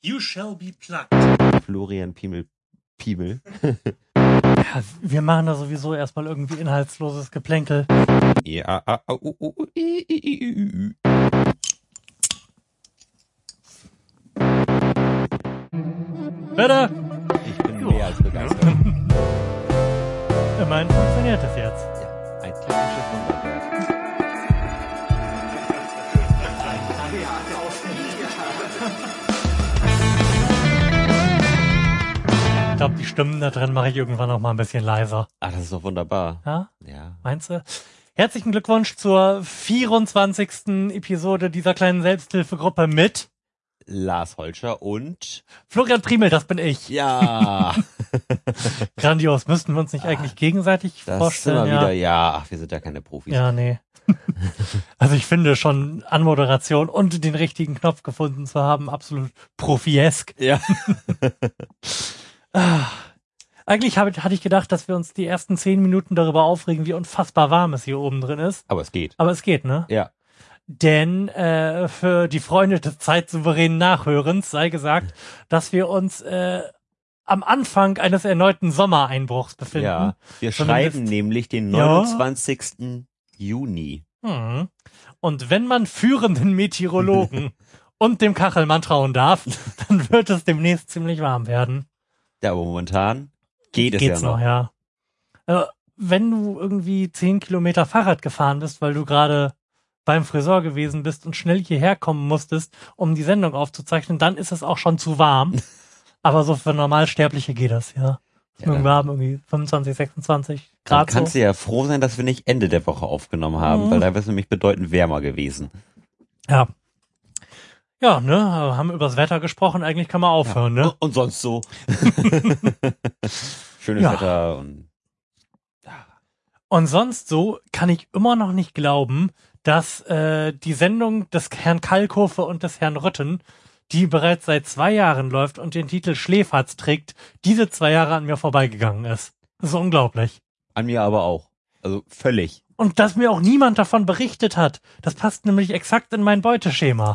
You shall be plucked. Florian Piemel. Ja, wir machen da sowieso erstmal irgendwie inhaltsloses Geplänkel. Ja, Bitte? Ich bin mehr als begeistert. Immerhin funktioniert es jetzt. Ja, ein technisches Wunderwerk. Ich glaube, die Stimmen da drin mache ich irgendwann noch mal ein bisschen leiser. Ach, das ist doch wunderbar. Ja? Ja. Meinst du? Herzlichen Glückwunsch zur 24. Episode dieser kleinen Selbsthilfegruppe mit Lars Holscher und... Florian Priemel, das bin ich. Ja. Grandios. Müssten wir uns nicht eigentlich gegenseitig Das vorstellen? sind wir wieder, ja. Ach, wir sind ja keine Profis. Ja, nee. Also ich finde schon Anmoderation und den richtigen Knopf gefunden zu haben, absolut profiesk. Ja. Eigentlich hatte ich gedacht, dass wir uns die ersten 10 Minuten darüber aufregen, wie unfassbar warm es hier oben drin ist. Aber es geht. Aber es geht, ne? Ja. Denn für die Freunde des zeitsouveränen Nachhörens sei gesagt, dass wir uns am Anfang eines erneuten Sommereinbruchs befinden. Ja. Wir Zumindest- schreiben nämlich den Ja. 29. Juni. Mhm. Und wenn man führenden Meteorologen und dem Kachelmann trauen darf, dann wird es demnächst ziemlich warm werden. Ja, aber momentan geht es Geht's ja noch. ja. Wenn du irgendwie 10 Kilometer Fahrrad gefahren bist, weil du gerade beim Friseur gewesen bist und schnell hierher kommen musstest, um die Sendung aufzuzeichnen, dann ist es auch schon zu warm. Aber so für Normalsterbliche geht das, ja. Ja. Wir haben irgendwie 25, 26 Dann Grad kannst so. du ja froh sein, dass wir nicht Ende der Woche aufgenommen haben, weil da wäre es nämlich bedeutend wärmer gewesen. Ja. Ja, ne, haben übers Wetter gesprochen, eigentlich kann man aufhören, ne? Und sonst so. Schönes Ja. Wetter und Und sonst so kann ich immer noch nicht glauben, dass die Sendung des Herrn Kalkofe und des Herrn Rütten, die bereits seit 2 Jahren läuft und den Titel Schläferz trägt, diese 2 Jahre an mir vorbeigegangen ist. Das ist unglaublich. an mir aber auch. Also völlig. Und dass mir auch niemand davon berichtet hat. Das passt nämlich exakt in mein Beuteschema.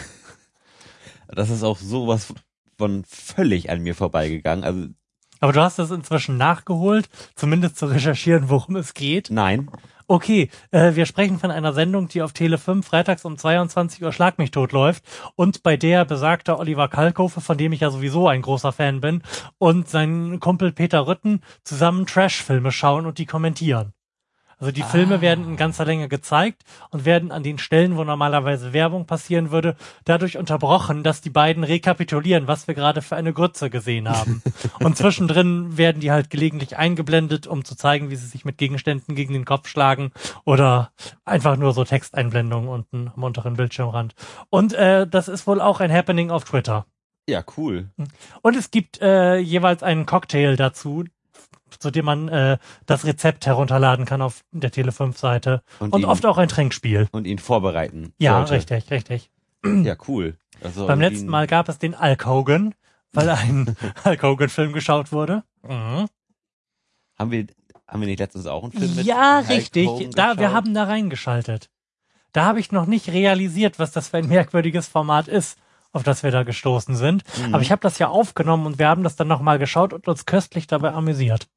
Das ist auch sowas von völlig an mir vorbeigegangen. Also Aber du hast es inzwischen nachgeholt, zumindest zu recherchieren, worum es geht. nein. Okay, wir sprechen von einer Sendung, die auf Tele 5 freitags um 22 Uhr Schlag mich tot läuft und bei der besagter Oliver Kalkofe, von dem ich ja sowieso ein großer Fan bin, und sein Kumpel Peter Rütten zusammen Trash-Filme schauen und die kommentieren. Also die Filme werden in ganzer Länge gezeigt und werden an den Stellen, wo normalerweise Werbung passieren würde, dadurch unterbrochen, dass die beiden rekapitulieren, was wir gerade für eine Grütze gesehen haben. Und zwischendrin werden die halt gelegentlich eingeblendet, um zu zeigen, wie sie sich mit Gegenständen gegen den Kopf schlagen oder einfach nur so Texteinblendungen unten am unteren Bildschirmrand. Und das ist wohl auch ein Happening auf Twitter. Ja, cool. Und es gibt jeweils einen Cocktail dazu, zu dem man das Rezept herunterladen kann auf der Tele5-Seite. Und ihn- oft auch ein Trinkspiel. Und ihn vorbereiten. Ja, sollte. richtig. Ja, cool. Also Beim irgendwie letzten Mal gab es den Hulk Hogan, weil ein Hulk Hogan-Film geschaut wurde. Mhm. haben wir nicht letztens auch einen Film mit Ja, Hulk richtig. Hogan Wir geschaut? haben da reingeschaltet. Da habe ich noch nicht realisiert, was das für ein merkwürdiges Format ist, auf das wir da gestoßen sind. Aber ich habe das ja aufgenommen und wir haben das dann nochmal geschaut und uns köstlich dabei amüsiert.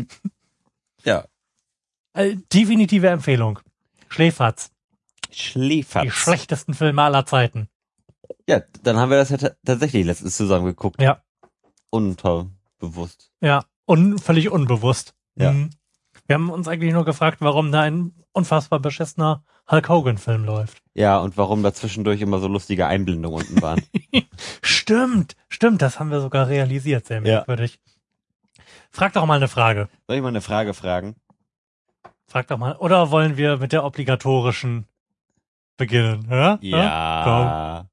Ja. Definitive Empfehlung. Schläferz. Die Schläferz. schlechtesten Filme aller Zeiten. Ja, dann haben wir das ja tatsächlich letztens zusammen geguckt. Ja. Unterbewusst. Ja. Völlig unbewusst. Ja. Mhm. Wir haben uns eigentlich nur gefragt, warum da ein unfassbar beschissener Hulk Hogan-Film läuft. Ja, und warum da zwischendurch immer so lustige Einblendungen unten waren. Stimmt, das haben wir sogar realisiert, sehr merkwürdig. Frag doch mal eine Frage. Soll ich mal eine Frage fragen? Frag doch mal. Oder wollen wir mit der obligatorischen beginnen? Ja? Ja.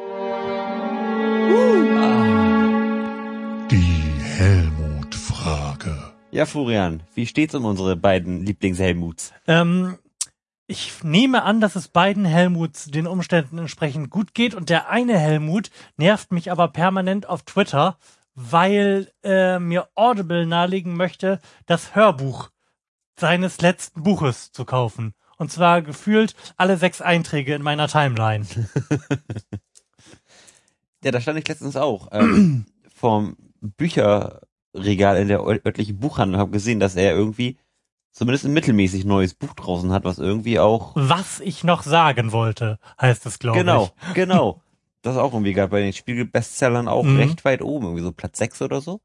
Die Helmut-Frage. Ja, Florian, wie steht's um unsere beiden Lieblings-Helmuts? Ich nehme an, dass es beiden Helmuts den Umständen entsprechend gut geht und der eine Helmut nervt mich aber permanent auf Twitter, weil mir Audible nahelegen möchte, das Hörbuch seines letzten Buches zu kaufen. Und zwar gefühlt alle 6 Einträge in meiner Timeline. Ja, da stand ich letztens auch vorm Bücherregal in der örtlichen Buchhandlung, habe gesehen, dass er irgendwie zumindest ein mittelmäßig neues Buch draußen hat, was irgendwie auch... Was ich noch sagen wollte, heißt es, glaube Genau, ich. genau. Das ist auch irgendwie gerade bei den Spiegel-Bestsellern auch recht weit oben, irgendwie so Platz 6 oder so.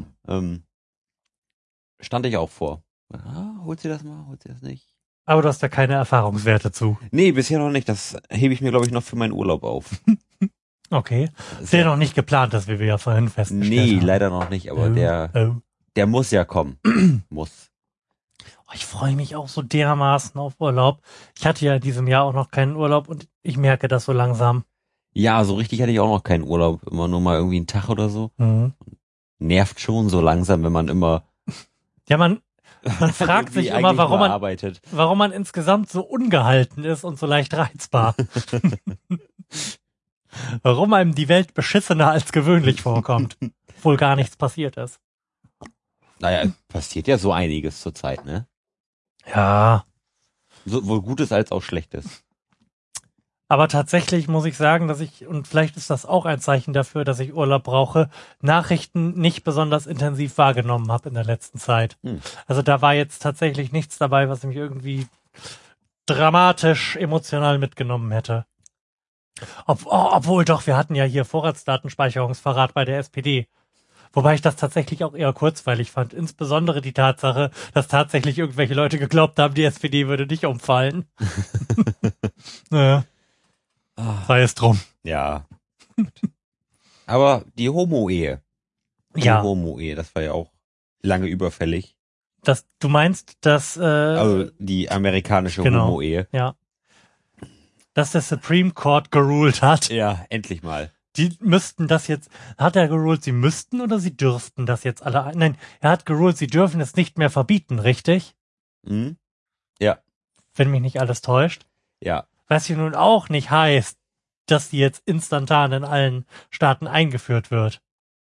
Stand ich auch vor. Holt sie das mal, holt sie das nicht? Aber du hast ja keine Erfahrungswerte zu. Nee, bisher noch nicht. Das hebe ich mir, glaube ich, noch für meinen Urlaub auf. Okay. Der noch nicht geplant ist, wie wir ja vorhin festgestellt haben. Nee, leider noch nicht, aber der muss ja kommen. Muss. Oh, ich freue mich auch so dermaßen auf Urlaub. Ich hatte ja in diesem Jahr auch noch keinen Urlaub und ich merke das so langsam. Ja, so richtig hatte ich auch noch keinen Urlaub. Immer nur mal irgendwie einen Tag oder so. Mhm. Nervt schon so langsam, wenn man immer... Ja, man fragt sich immer, warum man insgesamt so ungehalten ist und so leicht reizbar. Warum einem die Welt beschissener als gewöhnlich vorkommt, obwohl gar nichts passiert ist. Naja, passiert ja so einiges zurzeit, ne? Ja. Sowohl Gutes als auch Schlechtes. Aber tatsächlich muss ich sagen, dass ich, und vielleicht ist das auch ein Zeichen dafür, dass ich Urlaub brauche, Nachrichten nicht besonders intensiv wahrgenommen habe in der letzten Zeit. Also da war jetzt tatsächlich nichts dabei, was mich irgendwie dramatisch emotional mitgenommen hätte. Obwohl doch, wir hatten ja hier Vorratsdatenspeicherungsverrat bei der SPD. Wobei ich das tatsächlich auch eher kurzweilig fand. Insbesondere die Tatsache, dass tatsächlich irgendwelche Leute geglaubt haben, die SPD würde nicht umfallen. Naja. Sei es drum. Ja. Aber die Homo-Ehe. Homo-Ehe, das war ja auch lange überfällig. Du meinst, dass... also die amerikanische Homo-Ehe. Ja. Dass der Supreme Court geruled hat. Ja, endlich mal. Die müssten das jetzt... Hat er geruled, sie müssten oder sie dürften das jetzt alle... Nein, er hat geruled, sie dürfen es nicht mehr verbieten, richtig? Mhm. Ja. Wenn mich nicht alles täuscht. Ja. Was ja nun auch nicht heißt, dass die jetzt instantan in allen Staaten eingeführt wird.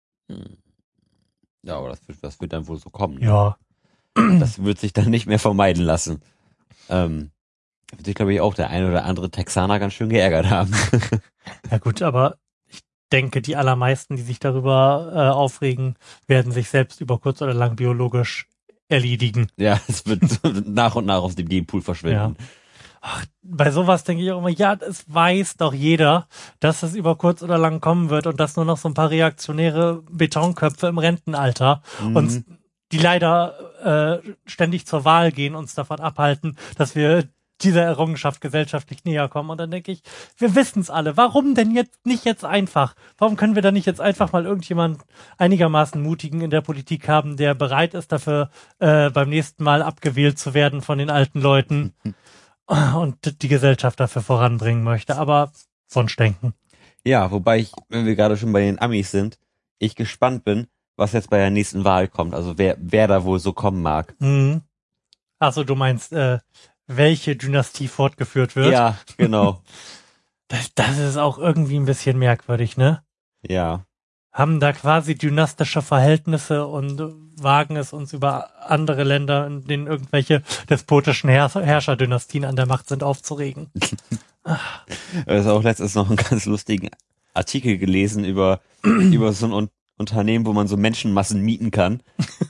Ja, aber das wird dann wohl so kommen. Ja. Das wird sich dann nicht mehr vermeiden lassen. Wird sich, glaube ich, auch der ein oder andere Texaner ganz schön geärgert haben. Ja gut, aber ich denke, die allermeisten, die sich darüber aufregen, werden sich selbst über kurz oder lang biologisch erledigen. Ja, es wird nach und nach aus dem Genpool verschwinden. Ja. Ach, bei sowas denke ich auch immer, ja, es weiß doch jeder, dass es über kurz oder lang kommen wird und dass nur noch so ein paar reaktionäre Betonköpfe im Rentenalter uns, die leider ständig zur Wahl gehen, uns davon abhalten, dass wir dieser Errungenschaft gesellschaftlich näher kommen. Und dann denke ich, wir wissen es alle. Warum denn jetzt nicht jetzt einfach? Warum können wir da nicht jetzt einfach mal irgendjemand einigermaßen mutigen in der Politik haben, der bereit ist, dafür beim nächsten Mal abgewählt zu werden von den alten Leuten und die Gesellschaft dafür voranbringen möchte? Aber Wunschdenken. Ja, wobei ich, wenn wir gerade schon bei den Amis sind, ich gespannt bin, was jetzt bei der nächsten Wahl kommt. Also wer da wohl so kommen mag. Achso, du meinst, welche Dynastie fortgeführt wird? Ja, genau. Das ist auch irgendwie ein bisschen merkwürdig, ne? Ja. Haben da quasi dynastische Verhältnisse und wagen es uns über andere Länder, in denen irgendwelche despotischen Herrscherdynastien an der Macht sind, aufzuregen. Ich habe auch letztens noch einen ganz lustigen Artikel gelesen über so ein Unternehmen, wo man so Menschenmassen mieten kann.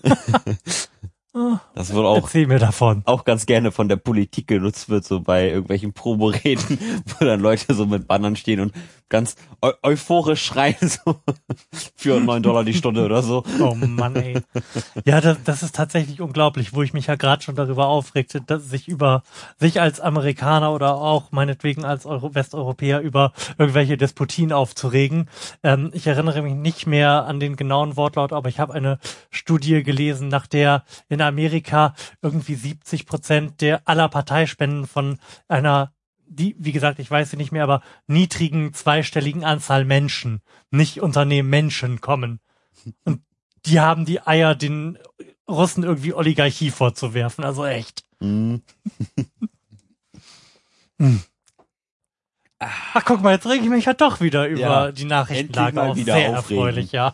Das wohl auch, erzähl mir davon. Auch ganz gerne von der Politik genutzt wird, so bei irgendwelchen Proboreden, wo dann Leute so mit Bannern stehen und ganz euphorisch schreien, so für $9 die Stunde oder so. Oh Mann, ey. Ja, das ist tatsächlich unglaublich, wo ich mich ja gerade schon darüber aufregte, dass sich als Amerikaner oder auch meinetwegen als Westeuropäer über irgendwelche Despotien aufzuregen. Ich erinnere mich nicht mehr an den genauen Wortlaut, aber ich habe eine Studie gelesen, nach der in Amerika irgendwie 70% aller Parteispenden von einer, wie gesagt, ich weiß sie nicht mehr, aber niedrigen zweistelligen Anzahl Menschen, nicht Unternehmen, Menschen kommen. Und die haben die Eier, den Russen irgendwie Oligarchie vorzuwerfen, also echt. Ach, guck mal, jetzt rege ich mich ja doch wieder über die Nachrichtenlage auf. Sehr erfreulich, ja.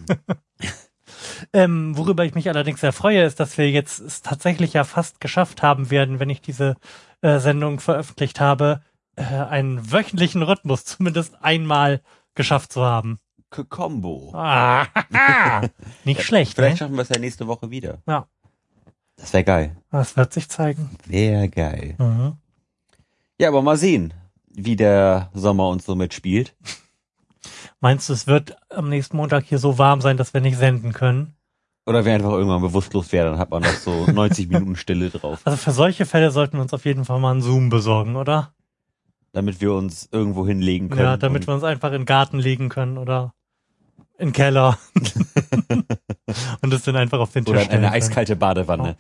Worüber ich mich allerdings sehr freue, ist, dass wir jetzt es tatsächlich ja fast geschafft haben werden, wenn ich diese Sendung veröffentlicht habe, einen wöchentlichen Rhythmus zumindest einmal geschafft zu haben. Combo. Nicht schlecht, Vielleicht ne? schaffen wir es ja nächste Woche wieder. Ja. Das wäre geil. Das wird sich zeigen. Wäre geil. Mhm. Ja, aber mal sehen, wie der Sommer uns so mitspielt. Meinst du, es wird am nächsten Montag hier so warm sein, dass wir nicht senden können? Oder wir einfach irgendwann bewusstlos werden, dann hat man noch so 90 Minuten Stille drauf. Also für solche Fälle sollten wir uns auf jeden Fall mal einen Zoom besorgen, oder? Damit wir uns irgendwo hinlegen können. Ja, damit wir uns einfach in den Garten legen können oder in den Keller. Und es dann einfach auf den Tisch oder in stellen eine können. eiskalte Badewanne.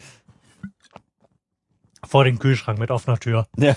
Vor den Kühlschrank mit offener Tür. Ja.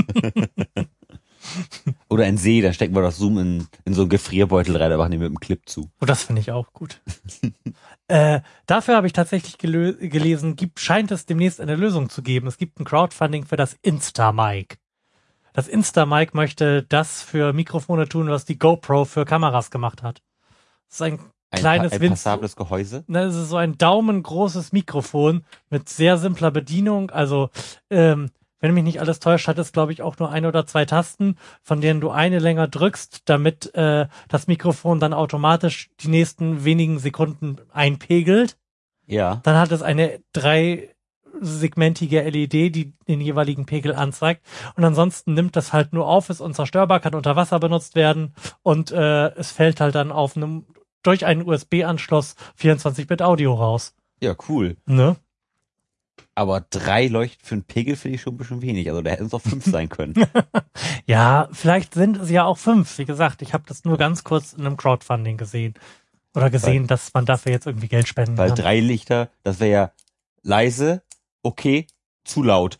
Oder ein See, da stecken wir das Zoom in so einen Gefrierbeutel rein, da machen die mit dem Clip zu. Oh, das finde ich auch gut. Dafür habe ich tatsächlich gelesen, scheint es demnächst eine Lösung zu geben. Es gibt ein Crowdfunding für das Insta-Mic. Das Insta-Mic möchte das für Mikrofone tun, was die GoPro für Kameras gemacht hat. Das ist ein kleines, ein passables Gehäuse. Das ist so ein daumengroßes Mikrofon mit sehr simpler Bedienung. Also, wenn mich nicht alles täuscht, hat es, glaube ich, auch nur 1 oder 2 Tasten, von denen du eine länger drückst, damit das Mikrofon dann automatisch die nächsten wenigen Sekunden einpegelt. Ja. Dann hat es eine 3-segmentige LED, die den jeweiligen Pegel anzeigt. Und ansonsten nimmt das halt nur auf, ist unzerstörbar, kann unter Wasser benutzt werden und es fällt halt dann durch einen USB-Anschluss 24-Bit-Audio raus. Ja, cool. Ne? Aber 3 leuchten für einen Pegel finde ich schon ein bisschen wenig. Also da hätten es auch 5 sein können. Ja, vielleicht sind es ja auch 5. Wie gesagt, ich habe das nur ganz kurz in einem Crowdfunding gesehen. Oder gesehen, dass man dafür jetzt irgendwie Geld spenden Weil kann. 3 Lichter, das wäre ja leise, okay, zu laut.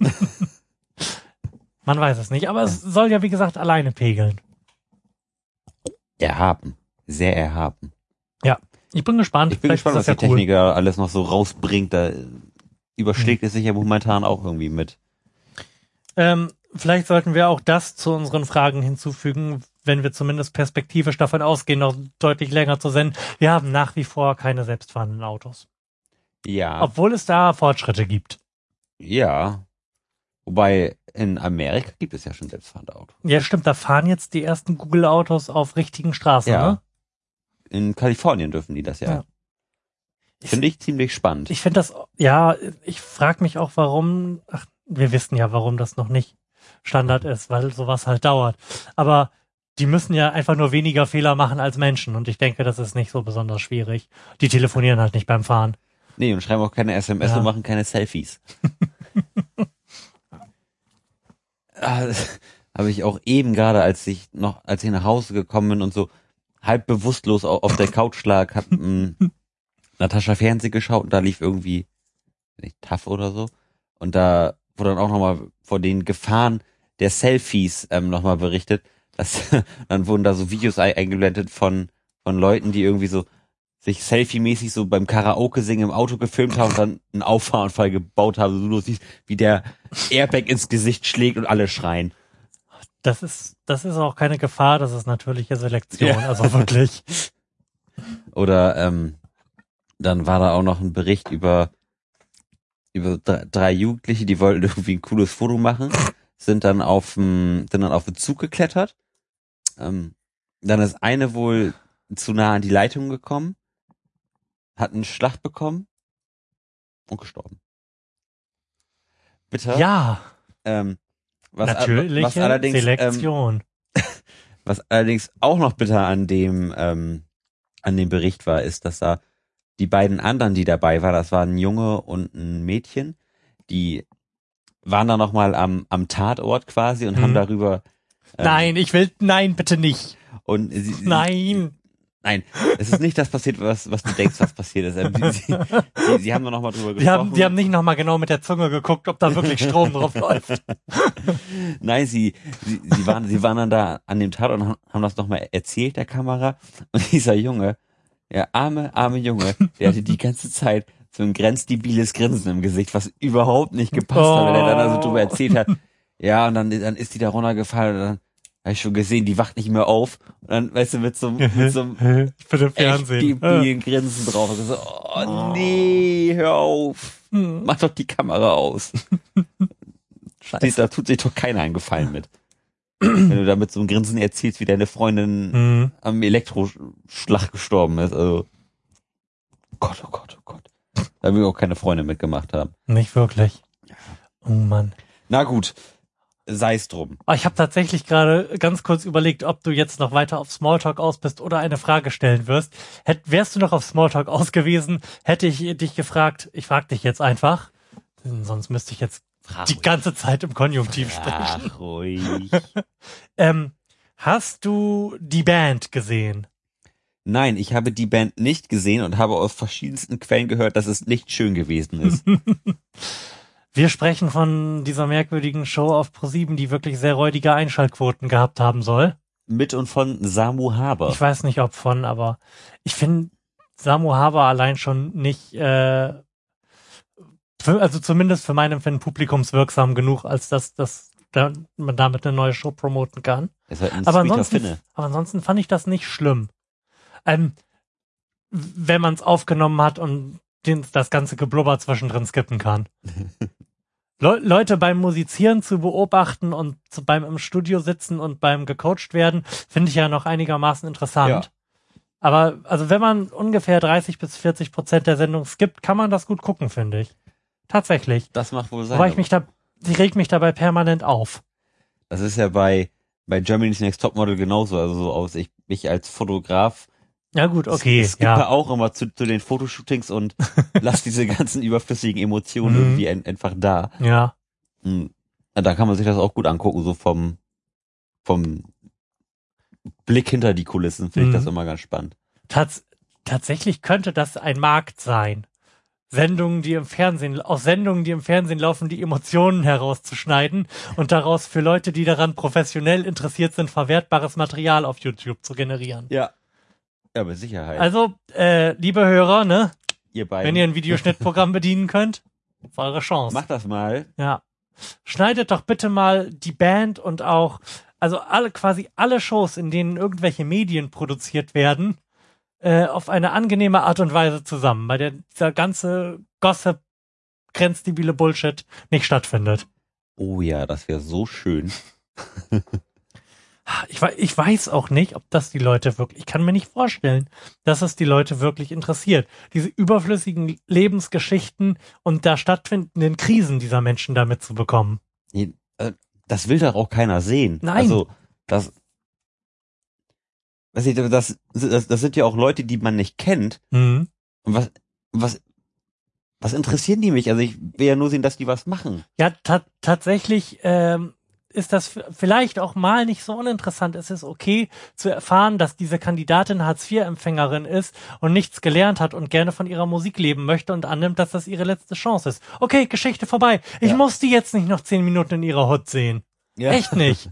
Man weiß es nicht, aber es soll ja, wie gesagt, alleine pegeln. Erhaben. Sehr erhaben. Ja, ich bin gespannt. Ich bin Vielleicht gespannt, was ist das die ja cool. Technik da alles noch so rausbringt. Da überschlägt es sich ja momentan auch irgendwie mit. Vielleicht sollten wir auch das zu unseren Fragen hinzufügen, wenn wir zumindest perspektivisch davon ausgehen, noch deutlich länger zu senden. Wir haben nach wie vor keine selbstfahrenden Autos. Ja. Obwohl es da Fortschritte gibt. Ja. Wobei in Amerika gibt es ja schon selbstfahrende Autos. Ja, stimmt, da fahren jetzt die ersten Google-Autos auf richtigen Straßen, Ja. ne? In Kalifornien dürfen die das ja. Ja. Finde ich ziemlich spannend. Ich finde das, ja, ich frage mich auch, warum, wir wissen ja, warum das noch nicht Standard ist, weil sowas halt dauert. Aber die müssen ja einfach nur weniger Fehler machen als Menschen und ich denke, das ist nicht so besonders schwierig. Die telefonieren halt nicht beim Fahren. Nee, und schreiben auch keine SMS Ja. und machen keine Selfies. Das habe ich auch eben gerade, als ich nach Hause gekommen bin und so halb bewusstlos auf der Couch lag, hab Natascha Fernsehen geschaut und da lief irgendwie nicht TAF oder so. Und da wurde dann auch nochmal vor den Gefahren der Selfies nochmal berichtet. Dann wurden da so Videos eingeblendet von Leuten, die irgendwie so sich Selfie-mäßig so beim Karaoke-Singen im Auto gefilmt haben und dann einen Auffahrunfall gebaut haben. So du siehst, wie der Airbag ins Gesicht schlägt und alle schreien. Das ist auch keine Gefahr, das ist natürliche Selektion, Ja. also wirklich. Oder dann war da auch noch ein Bericht über 3 Jugendliche, die wollten irgendwie ein cooles Foto machen, sind dann auf den Zug geklettert. Dann ist eine wohl zu nah an die Leitung gekommen, hat einen Schlag bekommen und gestorben. Bitte? Ja, Was allerdings, Selektion. was allerdings auch noch bitter an dem Bericht war, ist, dass da die beiden anderen, die dabei waren, das waren ein Junge und ein Mädchen, die waren da nochmal am Tatort quasi und haben darüber Nein, bitte nicht. und Nein, es ist nicht das passiert, was du denkst, was passiert ist. Sie haben da nochmal drüber gesprochen. Die haben nicht nochmal genau mit der Zunge geguckt, ob da wirklich Strom drauf läuft. Nein, sie waren dann da an dem Tatort und haben das nochmal erzählt der Kamera. Und dieser Junge, der arme Junge, der hatte die ganze Zeit so ein grenzdebiles Grinsen im Gesicht, was überhaupt nicht gepasst hat, weil er dann also drüber erzählt hat. Ja, und dann ist die da runtergefallen und dann habe ich schon gesehen, die wacht nicht mehr auf. Und dann, weißt du, mit so einem Für den echt Fernsehen. debilen Grinsen drauf. Und so, oh nee, hör auf. Mach doch die Kamera aus. Scheiße. Da tut sich doch keiner einen Gefallen mit. wenn du da mit so einem Grinsen erzählst, wie deine Freundin am Elektroschlag gestorben ist. Also Gott, oh Gott, oh Gott. Da will ich auch keine Freunde mitgemacht haben. Nicht wirklich. Oh Mann. Na gut, sei es drum. Ich habe tatsächlich gerade ganz kurz überlegt, ob du jetzt noch weiter auf Smalltalk aus bist oder eine Frage stellen wirst. Wärst du noch auf Smalltalk aus gewesen, hätte ich dich gefragt, ich frage dich jetzt einfach, sonst müsste ich jetzt die ganze Zeit im Konjunktiv sprechen. Ach, ruhig. Hast du die Band gesehen? Nein, ich habe die Band nicht gesehen und habe aus verschiedensten Quellen gehört, dass es nicht schön gewesen ist. Wir sprechen von dieser merkwürdigen Show auf ProSieben, die wirklich sehr räudige Einschaltquoten gehabt haben soll. Mit und von Samu Haber. Ich weiß nicht, ob von, aber ich finde Samu Haber allein schon nicht, also zumindest für mein Empfinden publikumswirksam genug, als dass man damit eine neue Show promoten kann. Ist halt ein aber sweeter Finne. ansonsten fand ich das nicht schlimm. Wenn man es aufgenommen hat und das ganze Geblubber zwischendrin skippen kann. Leute beim Musizieren zu beobachten und beim im Studio sitzen und beim gecoacht werden, finde ich ja noch einigermaßen interessant. Ja. Aber also wenn man ungefähr 30-40% der Sendung skippt, kann man das gut gucken, finde ich. Tatsächlich. Das macht wohl sein. Wobei ich reg mich dabei permanent auf. Das ist ja bei Germany's Next Topmodel genauso. Also so aus ich als Fotograf. Ja gut, okay. Ich skippe auch immer zu den Fotoshootings und lass diese ganzen überflüssigen Emotionen irgendwie einfach da. Ja. Da kann man sich das auch gut angucken, so vom Blick hinter die Kulissen finde ich das immer ganz spannend. Tatsächlich könnte das ein Markt sein. Aus Sendungen, die im Fernsehen laufen, die Emotionen herauszuschneiden und daraus für Leute, die daran professionell interessiert sind, verwertbares Material auf YouTube zu generieren. Ja. Ja, mit Sicherheit. Also, liebe Hörer, ne? Ihr beiden. Wenn ihr ein Videoschnittprogramm bedienen könnt, auf eure Chance. Macht das mal. Ja. Schneidet doch bitte mal die Band und auch, also quasi alle Shows, in denen irgendwelche Medien produziert werden, auf eine angenehme Art und Weise zusammen, bei der dieser ganze Gossip, grenzdebile Bullshit nicht stattfindet. Oh ja, das wäre so schön. Ich weiß auch nicht, ob das die Leute wirklich, ich kann mir nicht vorstellen, dass es die Leute wirklich interessiert. Diese überflüssigen Lebensgeschichten und da stattfindenden Krisen dieser Menschen damit zu bekommen. Das will doch auch keiner sehen. Nein. Also, das sind ja auch Leute, die man nicht kennt. Mhm. Und was interessieren die mich? Also ich will ja nur sehen, dass die was machen. Ja, tatsächlich, ist das vielleicht auch mal nicht so uninteressant. Es ist okay zu erfahren, dass diese Kandidatin Hartz-IV-Empfängerin ist und nichts gelernt hat und gerne von ihrer Musik leben möchte und annimmt, dass das ihre letzte Chance ist. Okay, Geschichte vorbei. Ich muss die jetzt nicht noch 10 Minuten in ihrer Hut sehen. Ja. Echt nicht.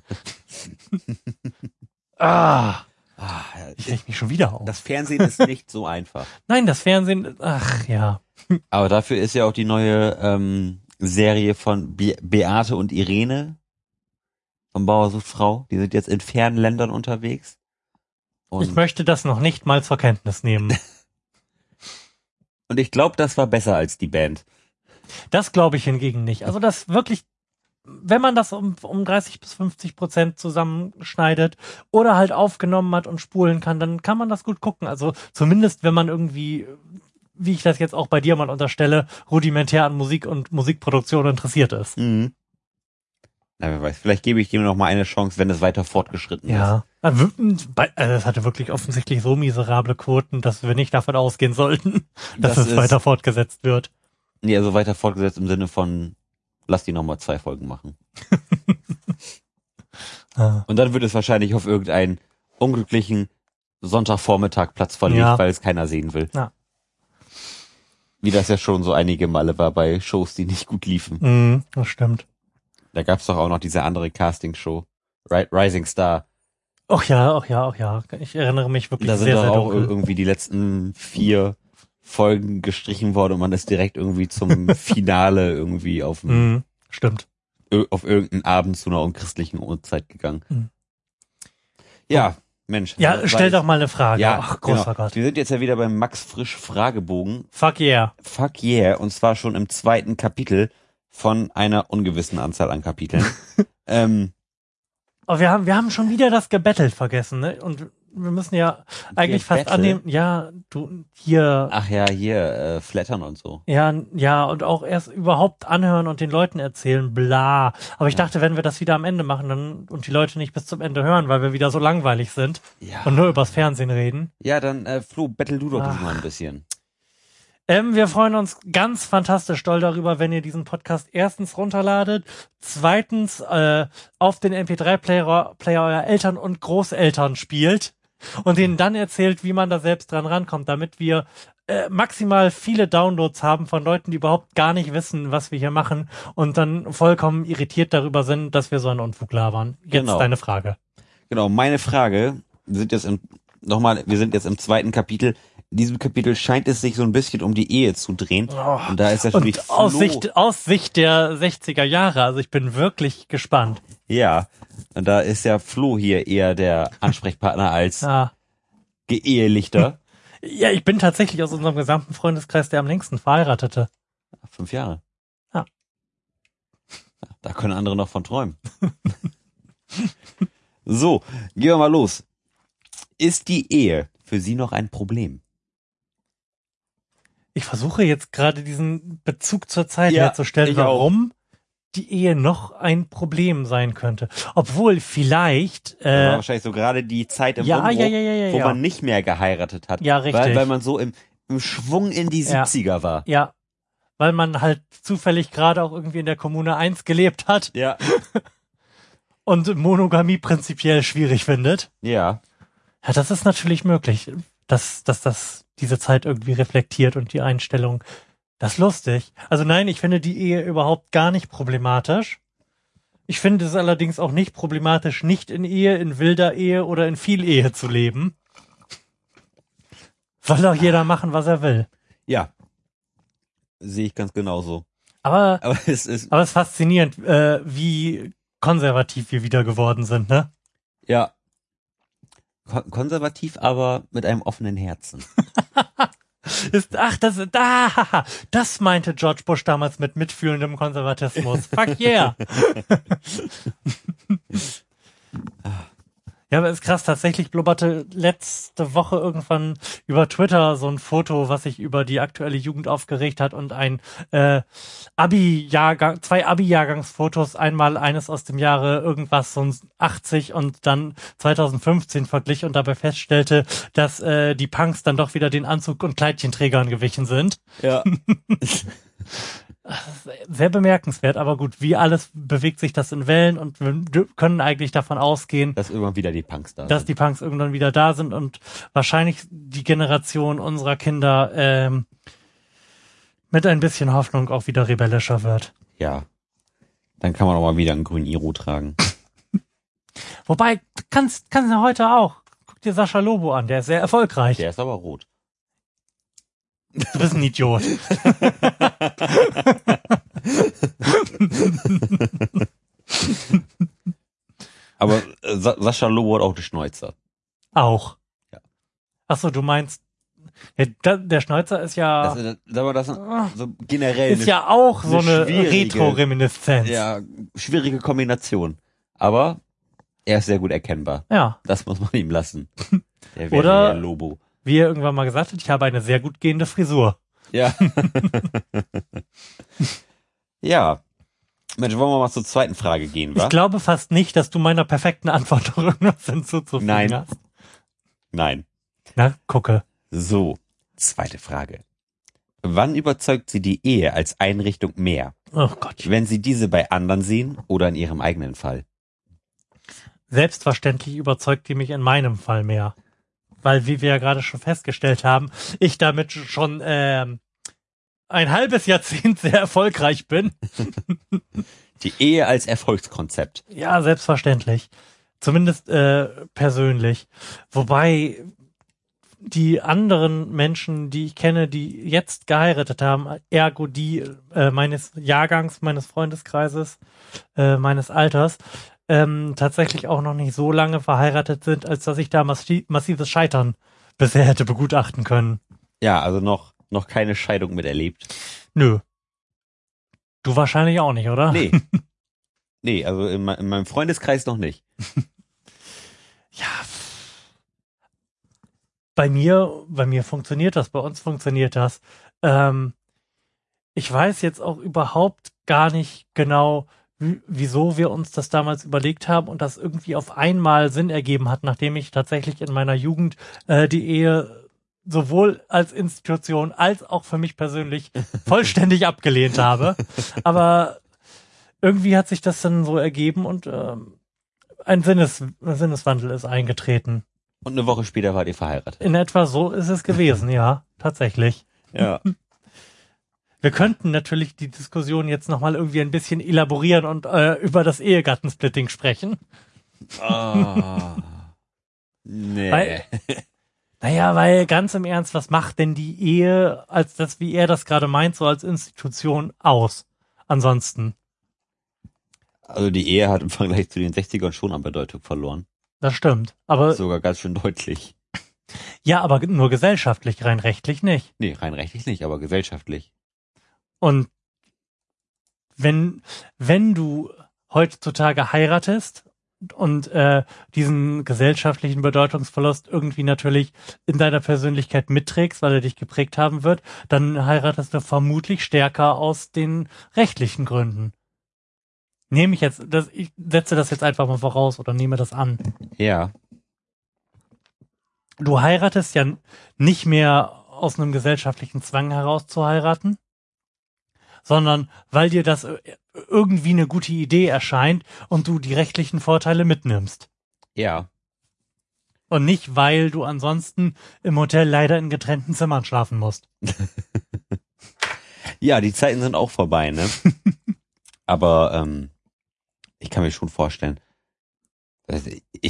Ich reg mich schon wieder auf. Das Fernsehen ist nicht so einfach. Nein, das Fernsehen, ach ja. Aber dafür ist ja auch die neue Serie von Beate und Irene vom Bauer sucht Frau. Die sind jetzt in fernen Ländern unterwegs. Und ich möchte das noch nicht mal zur Kenntnis nehmen. Und ich glaube, das war besser als die Band. Das glaube ich hingegen nicht. Also das wirklich, wenn man das um 30-50% zusammenschneidet oder halt aufgenommen hat und spulen kann, dann kann man das gut gucken. Also zumindest, wenn man irgendwie, wie ich das jetzt auch bei dir mal unterstelle, rudimentär an Musik und Musikproduktion interessiert ist. Mhm. Na, wer weiß, vielleicht gebe ich dem noch mal eine Chance, wenn es weiter fortgeschritten ist. Ja, also es hatte wirklich offensichtlich so miserable Quoten, dass wir nicht davon ausgehen sollten, dass es weiter fortgesetzt wird. Nee, also weiter fortgesetzt im Sinne von, lass die noch mal 2 Folgen machen. Und dann wird es wahrscheinlich auf irgendeinen unglücklichen Sonntagvormittag Platz verlegt, weil es keiner sehen will. Ja. Wie das ja schon so einige Male war bei Shows, die nicht gut liefen. Das stimmt. Da gab's doch auch noch diese andere Castingshow, Rising Star. Ach ja. Ich erinnere mich wirklich sehr, sehr dunkel. Da sind doch auch irgendwie die letzten 4 Folgen gestrichen worden und man ist direkt irgendwie zum Finale irgendwie auf irgendeinen Abend zu einer unchristlichen Uhrzeit gegangen. Ja, Mensch. Ja, stell doch mal eine Frage. Ja, ach, großer Gott. Wir sind jetzt ja wieder beim Max Frisch Fragebogen. Fuck yeah. Fuck yeah. Und zwar schon im 2. Kapitel von einer ungewissen Anzahl an Kapiteln. Aber wir haben schon wieder das Gebettelt vergessen, ne? Und wir müssen ja eigentlich fast Gebettelt? annehmen, ja, du hier, Ach ja, hier, Flattern und so. ja, und auch erst überhaupt anhören und den Leuten erzählen, bla. Aber ich dachte, wenn wir das wieder am Ende machen dann und die Leute nicht bis zum Ende hören, weil wir wieder so langweilig sind Ja. und nur übers Fernsehen reden. Ja, dann, Flo, bettel du doch Ach. diesmal ein bisschen. Wir freuen uns ganz fantastisch doll darüber, wenn ihr diesen Podcast erstens runterladet, zweitens auf den MP3-Player eurer Eltern und Großeltern spielt und denen dann erzählt, wie man da selbst dran rankommt, damit wir maximal viele Downloads haben von Leuten, die überhaupt gar nicht wissen, was wir hier machen und dann vollkommen irritiert darüber sind, dass wir so einen Unfug labern. Jetzt Genau. deine Frage. Genau, meine Frage, wir sind jetzt im zweiten Kapitel. In diesem Kapitel scheint es sich so ein bisschen um die Ehe zu drehen. Und da ist natürlich Und aus Sicht der 60er Jahre, also ich bin wirklich gespannt. Ja, und da ist ja Flo hier eher der Ansprechpartner als Ja. Geehelichter. Ja, ich bin tatsächlich aus unserem gesamten Freundeskreis der am längsten Verheiratete. 5 Jahre. Ja. Da können andere noch von träumen. So, gehen wir mal los. Ist die Ehe für Sie noch ein Problem? Ich versuche jetzt gerade diesen Bezug zur Zeit Ja, herzustellen, ich auch. warum die Ehe noch ein Problem sein könnte. Obwohl vielleicht, Das war wahrscheinlich so gerade die Zeit im ja, Umbruch, ja, wo ja. man nicht mehr geheiratet hat. Ja, richtig. Weil man so im Schwung in die Ja. 70er war. ja, weil man halt zufällig gerade auch irgendwie in der Kommune 1 gelebt hat Ja. und Monogamie prinzipiell schwierig findet. Ja. Ja, das ist natürlich möglich, dass das diese Zeit irgendwie reflektiert und die Einstellung. Das ist lustig. Also nein, ich finde die Ehe überhaupt gar nicht problematisch. Ich finde es allerdings auch nicht problematisch, nicht in Ehe, in wilder Ehe oder in Vielehe zu leben. Soll doch jeder machen, was er will. Ja. Sehe ich ganz genauso. Aber Aber es ist, es ist faszinierend, wie konservativ wir wieder geworden sind, ne? ja, konservativ, aber mit einem offenen Herzen. Das meinte George Bush damals mit mitfühlendem Konservatismus. Fuck yeah. Ja, aber ist krass, tatsächlich blubberte letzte Woche irgendwann über Twitter so ein Foto, was sich über die aktuelle Jugend aufgeregt hat und ein Abi-Jahrgang, 2 Abi-Jahrgangsfotos, einmal eines aus dem Jahre irgendwas so 80 und dann 2015 verglich und dabei feststellte, dass die Punks dann doch wieder den Anzug- und Kleidchenträgern gewichen sind. Ja. Sehr bemerkenswert, aber gut, wie alles bewegt sich das in Wellen und wir können eigentlich davon ausgehen, Dass irgendwann wieder die Punks da dass sind. die Punks irgendwann wieder da sind und wahrscheinlich die Generation unserer Kinder mit ein bisschen Hoffnung auch wieder rebellischer wird. Ja. Dann kann man auch mal wieder einen grünen Iro tragen. Wobei, kannst du heute auch. Guck dir Sascha Lobo an, der ist sehr erfolgreich. Der ist aber rot. Du bist ein Idiot. Aber Sascha Lobo hat auch die Schnäuzer. Auch. Ja. Achso, du meinst, der Schnäuzer ist ja, Das so generell ist ja auch so eine schwierige- Retro-Reminiszenz. ja, schwierige Kombination. Aber er ist sehr gut erkennbar. Ja. Das muss man ihm lassen. Der Oder- der Lobo. Wie er irgendwann mal gesagt hat, ich habe eine sehr gut gehende Frisur. Ja. Ja. Mensch, wollen wir mal zur zweiten Frage gehen, wa? Ich glaube fast nicht, dass du meiner perfekten Antwort noch irgendwas hinzuzufügen Nein. hast. Nein. Na, gucke. So, zweite Frage. Wann überzeugt Sie die Ehe als Einrichtung mehr? Oh Gott. Wenn Sie diese bei anderen sehen oder in Ihrem eigenen Fall? Selbstverständlich überzeugt die mich in meinem Fall mehr. Weil, wie wir ja gerade schon festgestellt haben, ich damit schon ein halbes Jahrzehnt sehr erfolgreich bin. Die Ehe als Erfolgskonzept. Ja, selbstverständlich. Zumindest persönlich. Wobei die anderen Menschen, die ich kenne, die jetzt geheiratet haben, ergo die meines Jahrgangs, meines Freundeskreises, meines Alters, tatsächlich auch noch nicht so lange verheiratet sind, als dass ich da massives Scheitern bisher hätte begutachten können. Ja, also noch keine Scheidung miterlebt. Nö. Du wahrscheinlich auch nicht, oder? Nee. Nee, also in meinem Freundeskreis noch nicht. Ja, bei mir funktioniert das, bei uns funktioniert das. Ich weiß jetzt auch überhaupt gar nicht genau, wieso wir uns das damals überlegt haben und das irgendwie auf einmal Sinn ergeben hat, nachdem ich tatsächlich in meiner Jugend die Ehe sowohl als Institution als auch für mich persönlich vollständig abgelehnt habe. Aber irgendwie hat sich das dann so ergeben und ein Sinneswandel ist eingetreten. Und eine Woche später wart ihr verheiratet. In etwa so ist es gewesen, ja, tatsächlich. Ja. Wir könnten natürlich die Diskussion jetzt nochmal irgendwie ein bisschen elaborieren und über das Ehegattensplitting sprechen. Oh, nee. Weil ganz im Ernst, was macht denn die Ehe, als das, wie er das gerade meint, so als Institution aus? Ansonsten. Also die Ehe hat im Vergleich zu den 60ern schon an Bedeutung verloren. Das stimmt. Aber Sogar ganz schön deutlich. ja, aber nur gesellschaftlich, rein rechtlich nicht. Nee, rein rechtlich nicht, aber gesellschaftlich. Und wenn du heutzutage heiratest und diesen gesellschaftlichen Bedeutungsverlust irgendwie natürlich in deiner Persönlichkeit mitträgst, weil er dich geprägt haben wird, dann heiratest du vermutlich stärker aus den rechtlichen Gründen. Ich setze das jetzt einfach mal voraus oder nehme das an. Ja. Du heiratest ja nicht mehr aus einem gesellschaftlichen Zwang heraus zu heiraten, sondern weil dir das irgendwie eine gute Idee erscheint und du die rechtlichen Vorteile mitnimmst. Ja. Und nicht, weil du ansonsten im Hotel leider in getrennten Zimmern schlafen musst. Ja, die Zeiten sind auch vorbei, ne? Aber ich kann mir schon vorstellen, also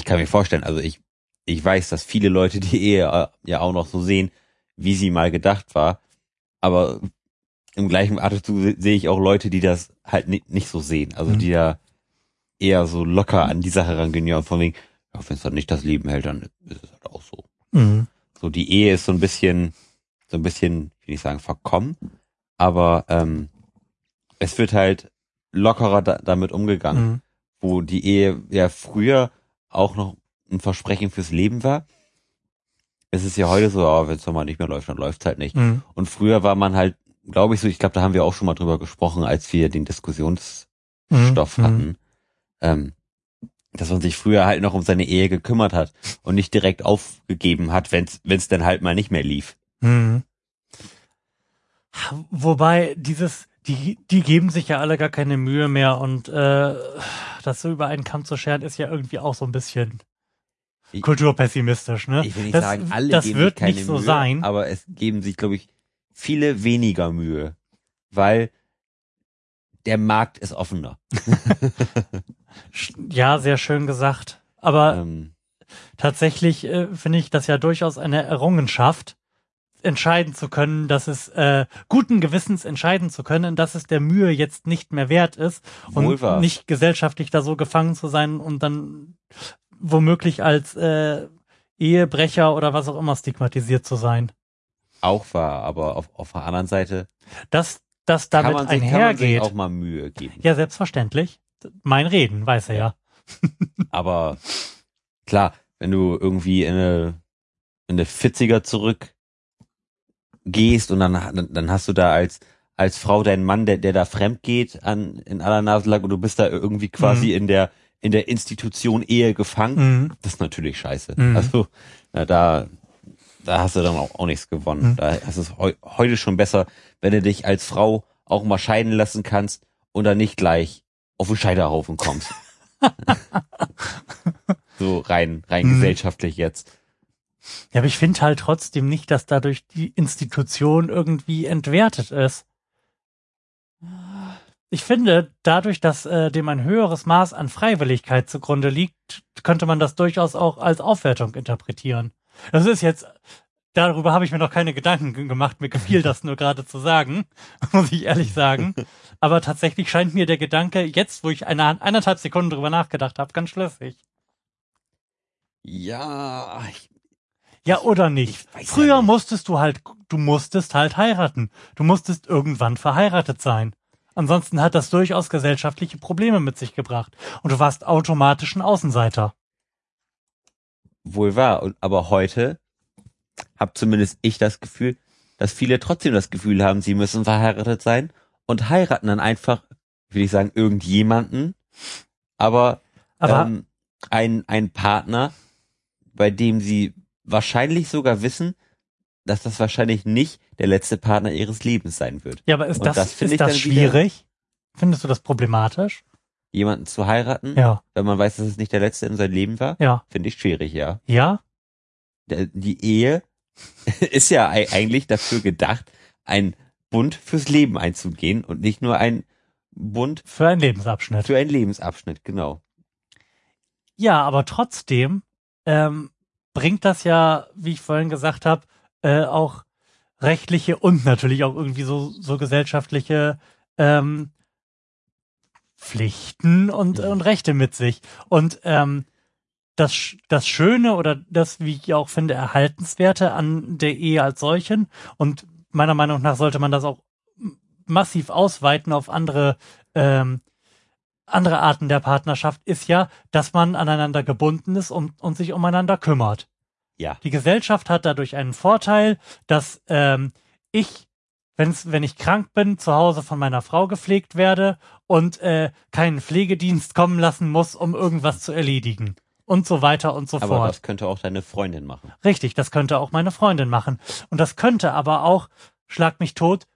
ich weiß, dass viele Leute die Ehe ja auch noch so sehen, wie sie mal gedacht war, aber im gleichen Atemzug sehe ich auch Leute, die das halt nicht so sehen, also die da eher so locker an die Sache rangehen, ja, von wegen, ja, wenn es dann nicht das Leben hält, dann ist es halt auch so. Mhm. So, die Ehe ist so ein bisschen, ich will nicht sagen verkommen, aber es wird halt lockerer damit umgegangen. Mhm. Wo die Ehe ja früher auch noch ein Versprechen fürs Leben war. Es ist ja heute so, wenn es mal nicht mehr läuft, dann läuft's halt nicht. Mhm. Und früher war man halt, glaube ich so, ich glaube, da haben wir auch schon mal drüber gesprochen, als wir den Diskussionsstoff hatten, dass man sich früher halt noch um seine Ehe gekümmert hat und nicht direkt aufgegeben hat, wenn's dann halt mal nicht mehr lief. Mhm. Wobei die geben sich ja alle gar keine Mühe mehr und das so über einen Kamm zu scheren ist ja irgendwie auch so ein bisschen kulturpessimistisch, ne? Ich will nicht sagen, alle das geben wird sich keine nicht so Mühe, sein. aber es geben sich, glaube ich, viele weniger Mühe, weil der Markt ist offener. Ja, sehr schön gesagt. Aber tatsächlich finde ich das ja durchaus eine Errungenschaft, entscheiden zu können, dass es guten Gewissens entscheiden zu können, dass es der Mühe jetzt nicht mehr wert ist und nicht gesellschaftlich da so gefangen zu sein und dann womöglich als Ehebrecher oder was auch immer stigmatisiert zu sein. Auch wahr, aber auf der anderen Seite dass damit einhergeht. Kann man sich auch mal Mühe geben. Ja, selbstverständlich. Mein Reden, weiß er ja. Aber klar, wenn du irgendwie in eine 40er zurück gehst und dann hast du da als Frau deinen Mann, der da fremd geht in aller Nasenlang und du bist da irgendwie quasi in der Institution Ehe gefangen, das ist natürlich scheiße. Also da hast du dann auch nichts gewonnen. Da hast du es heute schon besser, wenn du dich als Frau auch mal scheiden lassen kannst und dann nicht gleich auf den Scheiterhaufen kommst. So rein gesellschaftlich jetzt. Ja, aber ich finde halt trotzdem nicht, dass dadurch die Institution irgendwie entwertet ist. Ich finde, dadurch, dass dem ein höheres Maß an Freiwilligkeit zugrunde liegt, könnte man das durchaus auch als Aufwertung interpretieren. Das ist jetzt, darüber habe ich mir noch keine Gedanken gemacht, mir gefiel das nur gerade zu sagen, muss ich ehrlich sagen. Aber tatsächlich scheint mir der Gedanke, jetzt, wo ich 1,5 Sekunden drüber nachgedacht habe, ganz schlüssig. Ja, ja, oder nicht? Früher musstest du musstest halt heiraten. Du musstest irgendwann verheiratet sein. Ansonsten hat das durchaus gesellschaftliche Probleme mit sich gebracht. Und du warst automatisch ein Außenseiter. Wohl wahr. Aber heute habe zumindest ich das Gefühl, dass viele trotzdem das Gefühl haben, sie müssen verheiratet sein und heiraten dann einfach, will ich sagen, irgendjemanden, aber ein Partner, bei dem sie wahrscheinlich sogar wissen, dass das wahrscheinlich nicht der letzte Partner ihres Lebens sein wird. Ja, aber ist Und das finde ich dann schwierig? Findest du das problematisch? Jemanden zu heiraten, Ja. wenn man weiß, dass es nicht der letzte in seinem Leben war, Ja. finde ich schwierig, ja. Ja? Die Ehe ist ja eigentlich dafür gedacht, ein Bund fürs Leben einzugehen und nicht nur ein Bund Für einen Lebensabschnitt. für einen Lebensabschnitt, genau. Ja, aber trotzdem bringt das ja, wie ich vorhin gesagt habe, auch rechtliche und natürlich auch irgendwie so gesellschaftliche Pflichten und Rechte mit sich. Und das Schöne oder das, wie ich auch finde, Erhaltenswerte an der Ehe als solchen, und meiner Meinung nach sollte man das auch massiv ausweiten auf andere Arten der Partnerschaft, ist ja, dass man aneinander gebunden ist und sich umeinander kümmert. Ja. Die Gesellschaft hat dadurch einen Vorteil, dass ich, wenn ich krank bin, zu Hause von meiner Frau gepflegt werde und keinen Pflegedienst kommen lassen muss, um irgendwas zu erledigen. Und so weiter und so Aber fort. das könnte auch deine Freundin machen. Richtig, das könnte auch meine Freundin machen. Und das könnte aber auch, schlag mich tot,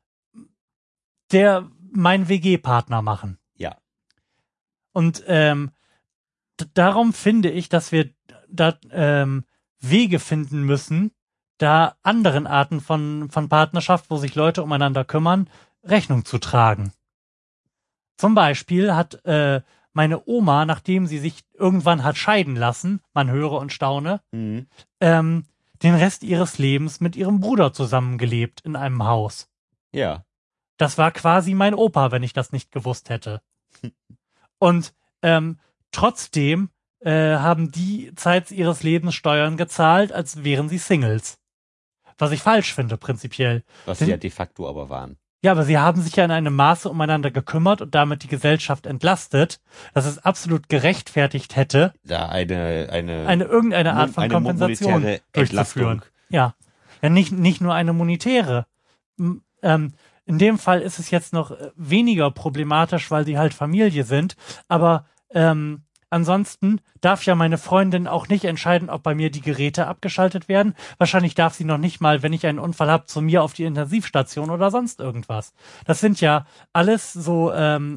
mein WG-Partner machen. Ja. Und darum finde ich, dass wir da Wege finden müssen, da anderen Arten von Partnerschaft, wo sich Leute umeinander kümmern, Rechnung zu tragen. Zum Beispiel hat meine Oma, nachdem sie sich irgendwann hat scheiden lassen, man höre und staune, Mhm. den Rest ihres Lebens mit ihrem Bruder zusammengelebt in einem Haus. Ja. Das war quasi mein Opa, wenn ich das nicht gewusst hätte. Und trotzdem haben die Zeit ihres Lebens Steuern gezahlt, als wären sie Singles. Was ich falsch finde, prinzipiell. Was sie ja de facto aber waren. Ja, aber sie haben sich ja in einem Maße umeinander gekümmert und damit die Gesellschaft entlastet, dass es absolut gerechtfertigt hätte, Da irgendeine Art von eine Kompensation monetäre durchzuführen. Entlastung. Ja, nicht nur eine monetäre. In dem Fall ist es jetzt noch weniger problematisch, weil sie halt Familie sind, aber ansonsten darf ja meine Freundin auch nicht entscheiden, ob bei mir die Geräte abgeschaltet werden. Wahrscheinlich darf sie noch nicht mal, wenn ich einen Unfall habe, zu mir auf die Intensivstation oder sonst irgendwas. Das sind ja alles so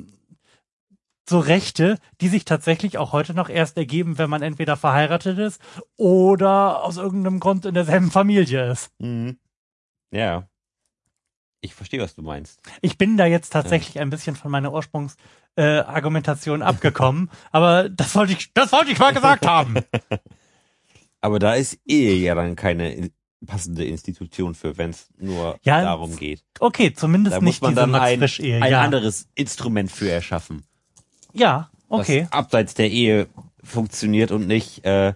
Rechte, die sich tatsächlich auch heute noch erst ergeben, wenn man entweder verheiratet ist oder aus irgendeinem Grund in derselben Familie ist. Mhm. Ja. Ich verstehe, was du meinst. Ich bin da jetzt tatsächlich ein bisschen von meiner Ursprungsargumentation abgekommen, aber das wollte ich mal gesagt haben. Aber da ist Ehe ja dann keine passende Institution für, wenn es nur Ja, darum geht. Okay, zumindest Da nicht muss man diese dann Max-Frisch-Ehe. ein Ja. anderes Instrument für erschaffen. Ja, okay. Das abseits der Ehe funktioniert und nicht eine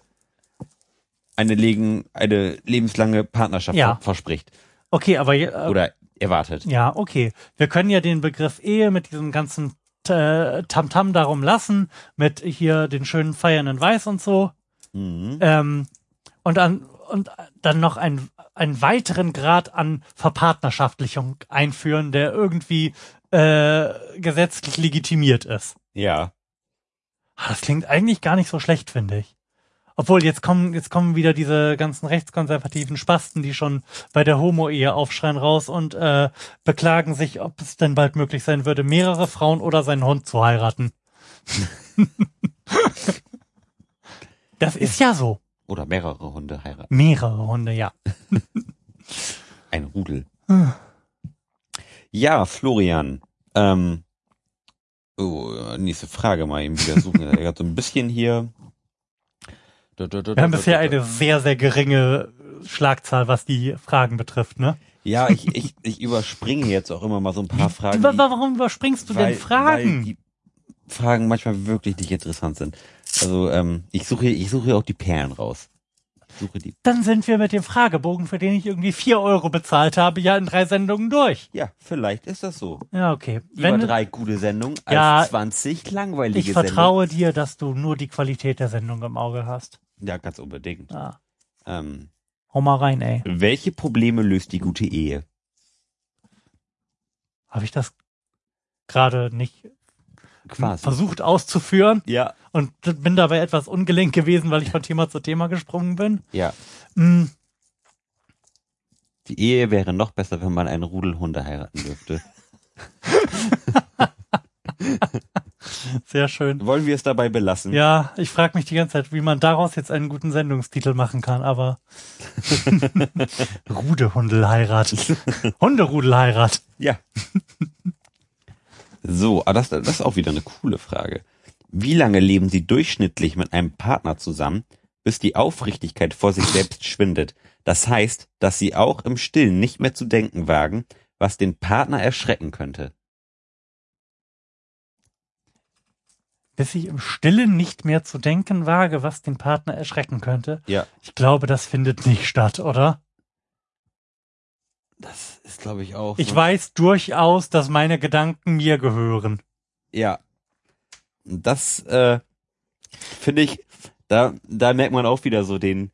lebenslange Partnerschaft Ja. verspricht. Okay, aber Oder erwartet. ja, okay. Wir können ja den Begriff Ehe mit diesem ganzen Tamtam darum lassen, mit hier den schönen Feiern in Weiß und so. Mhm. Und dann noch einen weiteren Grad an Verpartnerschaftlichung einführen, der irgendwie gesetzlich legitimiert ist. Ja. Das klingt eigentlich gar nicht so schlecht, finde ich. Obwohl, jetzt kommen wieder diese ganzen rechtskonservativen Spasten, die schon bei der Homo-Ehe aufschreien raus und beklagen sich, ob es denn bald möglich sein würde, mehrere Frauen oder seinen Hund zu heiraten. Das ist ja so. Oder mehrere Hunde heiraten. Mehrere Hunde, ja. Ein Rudel. Ja, Florian. Nächste Frage mal eben wieder suchen. Er hat so ein bisschen hier. Wir haben bisher eine sehr, sehr geringe Schlagzahl, was die Fragen betrifft, ne? Ja, ich überspringe jetzt auch immer mal so ein paar Fragen. Warum überspringst du denn Fragen? Weil die Fragen manchmal wirklich nicht interessant sind. Also ich suche hier auch die Perlen raus. suche die. Dann sind wir mit dem Fragebogen, für den ich irgendwie 4 Euro bezahlt habe, ja in 3 Sendungen durch. Ja, vielleicht ist das so. Ja, okay. Lieber 3 gute Sendungen als Ja, 20 langweilige ich Sendungen. vertraue dir, dass du nur die Qualität der Sendung im Auge hast. Ja, ganz unbedingt. Ja. Ähm, Hau mal rein, ey. welche Probleme löst die gute Ehe? Habe ich das gerade nicht Quasi. versucht auszuführen Ja. und bin dabei etwas ungelenk gewesen, weil ich von Thema zu Thema gesprungen bin? Ja. Hm, Die Ehe wäre noch besser, wenn man einen Rudel Hunde heiraten dürfte. sehr schön. Wollen wir es dabei belassen? Ja, ich frage mich die ganze Zeit, wie man daraus jetzt einen guten Sendungstitel machen kann, aber Rudehundelheirat. Hunderudelheirat. Ja. So, aber das ist auch wieder eine coole Frage. Wie lange leben Sie durchschnittlich mit einem Partner zusammen, bis die Aufrichtigkeit vor sich selbst schwindet? Das heißt, dass Sie auch im Stillen nicht mehr zu denken wagen, was den Partner erschrecken könnte. Bis ich im Stillen nicht mehr zu denken wage, was den Partner erschrecken könnte. Ja. Ich glaube, das findet nicht statt, oder? Das ist, glaube ich, auch. Ich weiß durchaus, dass meine Gedanken mir gehören. Ja. Das finde ich, da merkt man auch wieder so den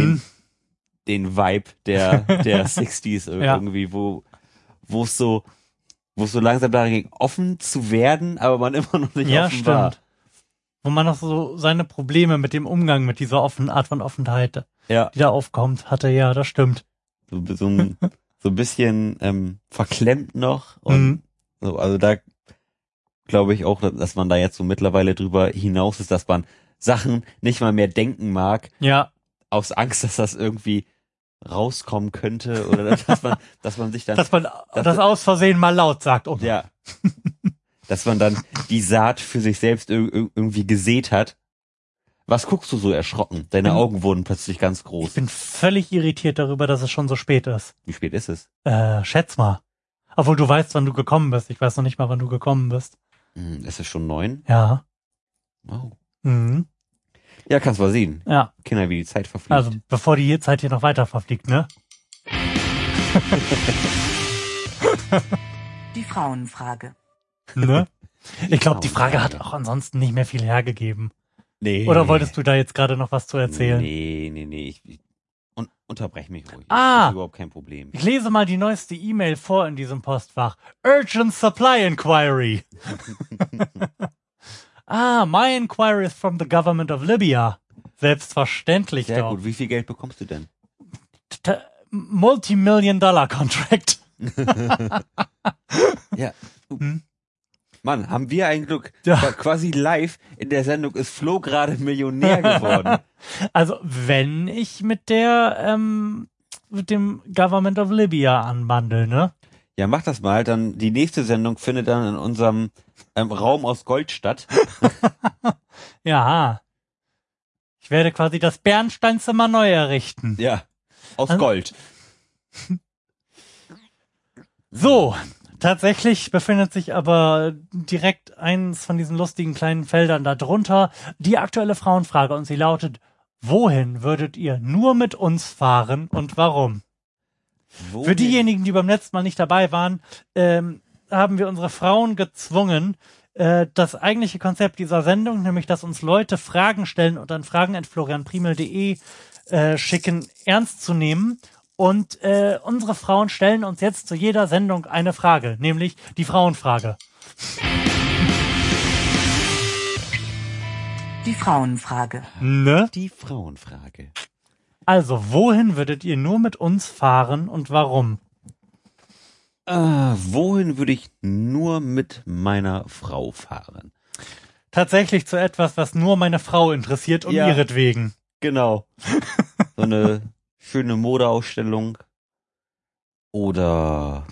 Vibe der 60s irgendwie, wo es so langsam daran ging, offen zu werden, aber man immer noch nicht offen war. Wo man noch so seine Probleme mit dem Umgang mit dieser offenen Art von Offenheit, Ja. die da aufkommt, hatte. Ja, das stimmt. So ein bisschen verklemmt noch. Und so, also da glaube ich auch, dass man da jetzt so mittlerweile drüber hinaus ist, dass man Sachen nicht mal mehr denken mag. Ja. Aus Angst, dass das irgendwie rauskommen könnte oder dass man sich dann... Dass man das aus Versehen mal laut sagt. Oh. Ja. Dass man dann die Saat für sich selbst irgendwie gesät hat. Was guckst du so erschrocken? Deine Augen wurden plötzlich ganz groß. Ich bin völlig irritiert darüber, dass es schon so spät ist. Wie spät ist es? Schätz mal. Obwohl du weißt, wann du gekommen bist. Ich weiß noch nicht mal, wann du gekommen bist. Ist es schon 9? Ja. Oh. Mhm. Ja, kannst mal sehen. Ja. Kinder, wie die Zeit verfliegt. Also, bevor die Zeit hier noch weiter verfliegt, ne? Die Frauenfrage. Ne? Ich glaube, die Frage hat auch ansonsten nicht mehr viel hergegeben. Nee. Oder wolltest du da jetzt gerade noch was zu erzählen? Nee. Unterbrech mich ruhig. Ah. Das ist überhaupt kein Problem. Ich lese mal die neueste E-Mail vor in diesem Postfach. Urgent Supply Inquiry. My inquiry is from the government of Libya. Selbstverständlich Sehr doch. gut. Wie viel Geld bekommst du denn? Multi-Million-Dollar Contract. Ja. Mann, haben wir ein Glück. Ja. Quasi live in der Sendung ist Flo gerade Millionär geworden. Also, wenn ich mit dem Government of Libya anbandel, ne? Ja, mach das mal. Dann die nächste Sendung findet dann in unserem Raum aus Gold statt. Ja. Ich werde quasi das Bernsteinzimmer neu errichten. Ja, aus Gold. So, tatsächlich befindet sich aber direkt eins von diesen lustigen kleinen Feldern da drunter die aktuelle Frauenfrage und sie lautet: Wohin würdet ihr nur mit uns fahren und warum? Wohin? Für diejenigen, die beim letzten Mal nicht dabei waren, haben wir unsere Frauen gezwungen, das eigentliche Konzept dieser Sendung, nämlich dass uns Leute Fragen stellen und an fragen@florianprimel.de schicken, ernst zu nehmen. Und unsere Frauen stellen uns jetzt zu jeder Sendung eine Frage, nämlich die Frauenfrage. Die Frauenfrage. Ne? Die Frauenfrage. Also, wohin würdet ihr nur mit uns fahren und warum? Wohin würde ich nur mit meiner Frau fahren? Tatsächlich zu etwas, was nur meine Frau interessiert, Ja. ihretwegen. Genau. So eine schöne Modeausstellung. Oder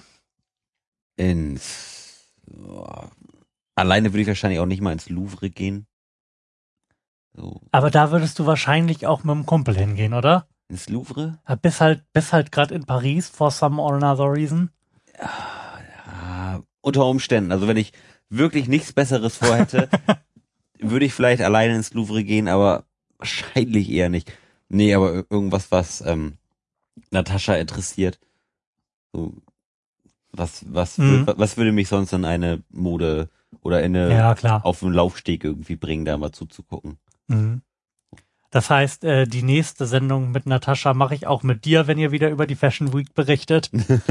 alleine würde ich wahrscheinlich auch nicht mal ins Louvre gehen. So, Aber da würdest du wahrscheinlich auch mit dem Kumpel hingehen, oder? ins Louvre? Bist halt gerade in Paris for some or another reason. Ja, unter Umständen. Also wenn ich wirklich nichts Besseres vorhätte, würde ich vielleicht alleine ins Louvre gehen, aber wahrscheinlich eher nicht. Nee, aber irgendwas, was Natascha interessiert. So, was würde mich sonst in eine Mode oder in eine Ja, klar. auf einen Laufsteg irgendwie bringen, da mal zuzugucken? Mhm. Das heißt, die nächste Sendung mit Natascha mache ich auch mit dir, wenn ihr wieder über die Fashion Week berichtet.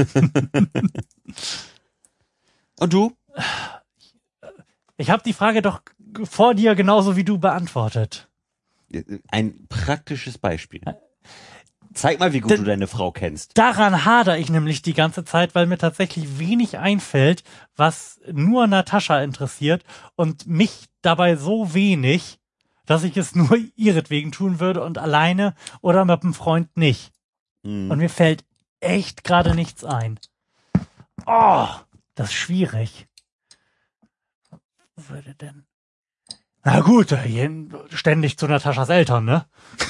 Und du? Ich habe die Frage doch vor dir genauso wie du beantwortet. Ein praktisches Beispiel. Zeig mal, wie gut du deine Frau kennst. Daran hadere ich nämlich die ganze Zeit, weil mir tatsächlich wenig einfällt, was nur Natascha interessiert und mich dabei so wenig, dass ich es nur ihretwegen tun würde und alleine oder mit einem Freund nicht. Und mir fällt echt gerade nichts ein. Oh, das ist schwierig. Was würde denn? Na gut, ständig zu Nataschas Eltern, ne?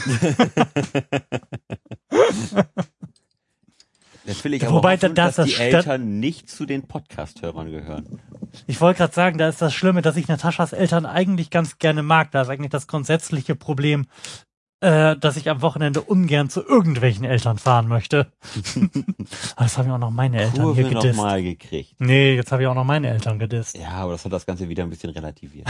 Jetzt will ich aber Wobei, hoffen, dass die Eltern nicht zu den Podcast-Hörern gehören. Ich wollte gerade sagen, da ist das Schlimme, dass ich Nataschas Eltern eigentlich ganz gerne mag. Da ist eigentlich das grundsätzliche Problem, dass ich am Wochenende ungern zu irgendwelchen Eltern fahren möchte. Aber das haben ja auch noch meine Eltern hier gedisst. Noch mal gekriegt. Nee, jetzt habe ich auch noch meine Eltern gedisst. Ja, aber das hat das Ganze wieder ein bisschen relativiert.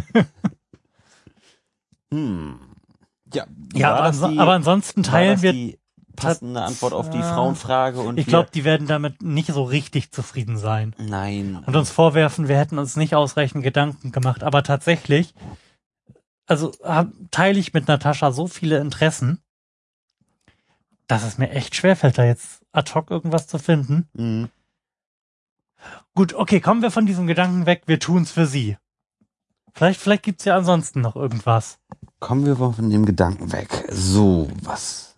Ja, aber ansonsten teilen wir die passende Antwort auf die Frauenfrage. Und ich glaube, die werden damit nicht so richtig zufrieden sein. Nein. Und uns vorwerfen, wir hätten uns nicht ausreichend Gedanken gemacht. Aber tatsächlich, also teile ich mit Natascha so viele Interessen, dass es mir echt schwerfällt, da jetzt ad hoc irgendwas zu finden. Mhm. Gut, okay, kommen wir von diesem Gedanken weg, wir tun's für sie. Vielleicht gibt's ja ansonsten noch irgendwas. Kommen wir von dem Gedanken weg. So, was?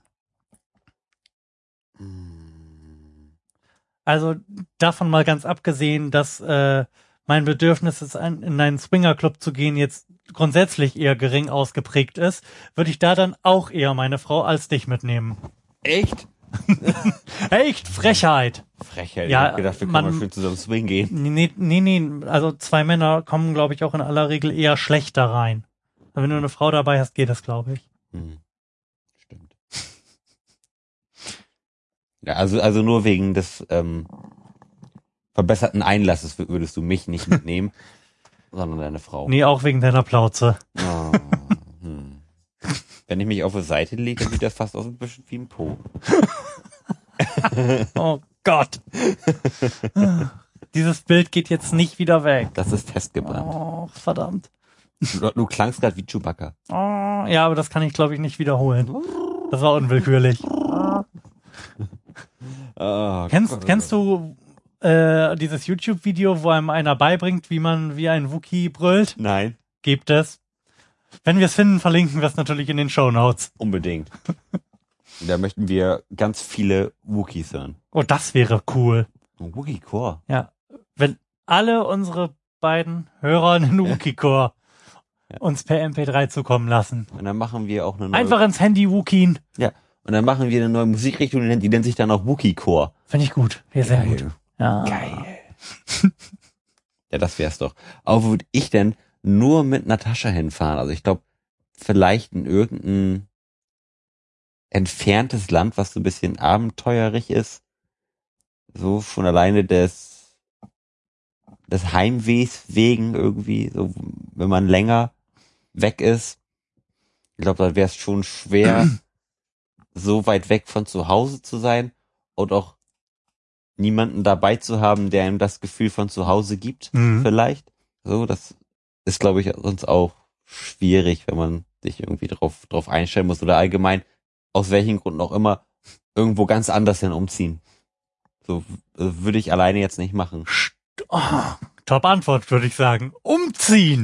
Also davon mal ganz abgesehen, dass mein Bedürfnis ist, in einen Swingerclub zu gehen, jetzt grundsätzlich eher gering ausgeprägt ist, würde ich da dann auch eher meine Frau als dich mitnehmen. Echt? Echt? Frechheit. Frechheit. Ja, ich hab gedacht, wir können mal schön zusammen Swing gehen. Nee. Also 2 Männer kommen, glaube ich, auch in aller Regel eher schlechter rein. Aber wenn du eine Frau dabei hast, geht das, glaube ich. Stimmt. Ja, also nur wegen des verbesserten Einlasses würdest du mich nicht mitnehmen, sondern deine Frau. Nee, auch wegen deiner Plauze. Oh, Wenn ich mich auf die Seite lege, dann sieht das fast aus ein bisschen wie ein Po. Oh Gott. Dieses Bild geht jetzt nicht wieder weg. Das ist festgebrannt. Oh, verdammt. Du klangst gerade wie Chewbacca. Oh, ja, aber das kann ich, glaube ich, nicht wiederholen. Das war unwillkürlich. Kennst du dieses YouTube-Video, wo einem einer beibringt, wie man wie ein Wookie brüllt? Nein. Gibt es. Wenn wir es finden, verlinken wir es natürlich in den Shownotes. Unbedingt. Da möchten wir ganz viele Wookiees hören. Oh, das wäre cool. Wookie-Core. Ja. Wenn alle unsere beiden Hörer in Wookie-Core uns per MP3 zukommen lassen. Und dann machen wir auch eine neue... Einfach ins Handy Wookien. Ja. Und dann machen wir eine neue Musikrichtung, die nennt sich dann auch Wookie-Core. Finde ich gut. Wäre sehr gut. Ja. Geil. Ja, das wär's doch. Aber wo würde ich denn nur mit Natascha hinfahren? Also ich glaube, vielleicht in irgendein entferntes Land, was so ein bisschen abenteuerlich ist. So schon alleine des Heimwehs wegen irgendwie, so wenn man länger weg ist. Ich glaube, da wäre es schon schwer, so weit weg von zu Hause zu sein und auch niemanden dabei zu haben, der ihm das Gefühl von zu Hause gibt, vielleicht. So, das ist, glaube ich, sonst auch schwierig, wenn man sich irgendwie drauf einstellen muss oder allgemein, aus welchen Gründen auch immer, irgendwo ganz anders hin umziehen. So würde ich alleine jetzt nicht machen. Top Antwort, würde ich sagen. Umziehen!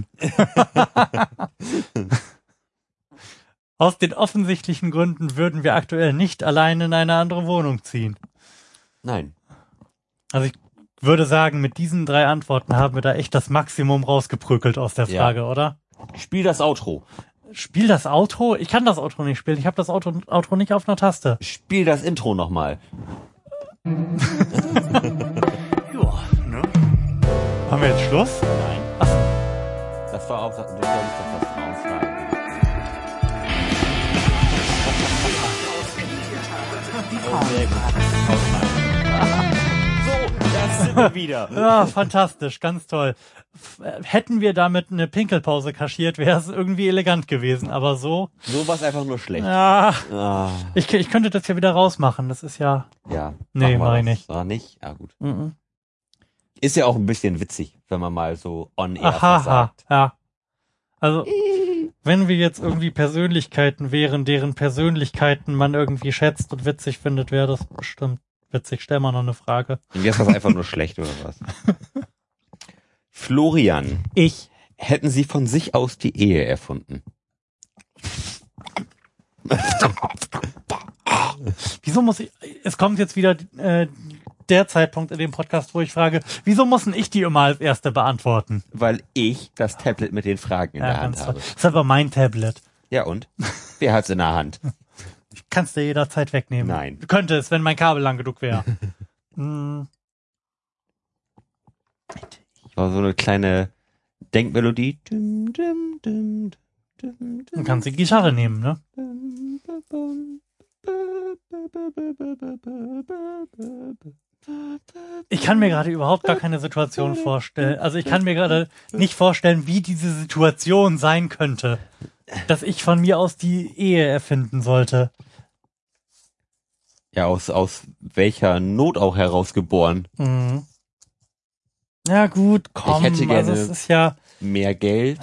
Aus den offensichtlichen Gründen würden wir aktuell nicht alleine in eine andere Wohnung ziehen. Nein. Also ich würde sagen, mit diesen 3 Antworten haben wir da echt das Maximum rausgeprügelt aus der Frage, oder? Spiel das Outro. Spiel das Outro? Ich kann das Outro nicht spielen. Ich habe das Outro nicht auf einer Taste. Spiel das Intro nochmal. Ja, ne? Haben wir jetzt Schluss? Nein. Achso. Das war auch das Frauenfragen. Schon wieder. Ja, fantastisch, ganz toll. Hätten wir damit eine Pinkelpause kaschiert, wäre es irgendwie elegant gewesen, aber so. So war es einfach nur schlecht. Ja, Ah, ich könnte das ja wieder rausmachen, das ist ja. ja. Nee, machen wir mach ich das. nicht. Ah, nicht? Ja, gut. Mhm. Ist ja auch ein bisschen witzig, wenn man mal so on air Aha, versagt. ja. Also, wenn wir jetzt irgendwie Persönlichkeiten wären, deren Persönlichkeiten man irgendwie schätzt und witzig findet, wäre das bestimmt witzig. Stell mal noch eine Frage. Und jetzt war es einfach nur schlecht, oder was? Florian, Ich. hätten Sie von sich aus die Ehe erfunden? Wieso muss ich, es kommt jetzt wieder der Zeitpunkt in dem Podcast, wo ich frage, wieso muss denn ich die immer als Erste beantworten? Weil ich das Tablet mit den Fragen in der Hand ganz habe. toll. Das ist aber mein Tablet. Ja und? Wer hat's in der Hand? Kannst du jederzeit wegnehmen. Nein. Du könntest, wenn mein Kabel lang genug wäre. Hm, War so eine kleine Denkmelodie. Dum, dum, dum, dum, du kannst die Gitarre nehmen, ne? Ich kann mir gerade überhaupt gar keine Situation vorstellen. Also ich kann mir gerade nicht vorstellen, wie diese Situation sein könnte, dass ich von mir aus die Ehe erfinden sollte. Ja, aus welcher Not auch herausgeboren. Mhm. Ja gut, komm, Ich hätte gerne- also es ist ja Mehr Geld.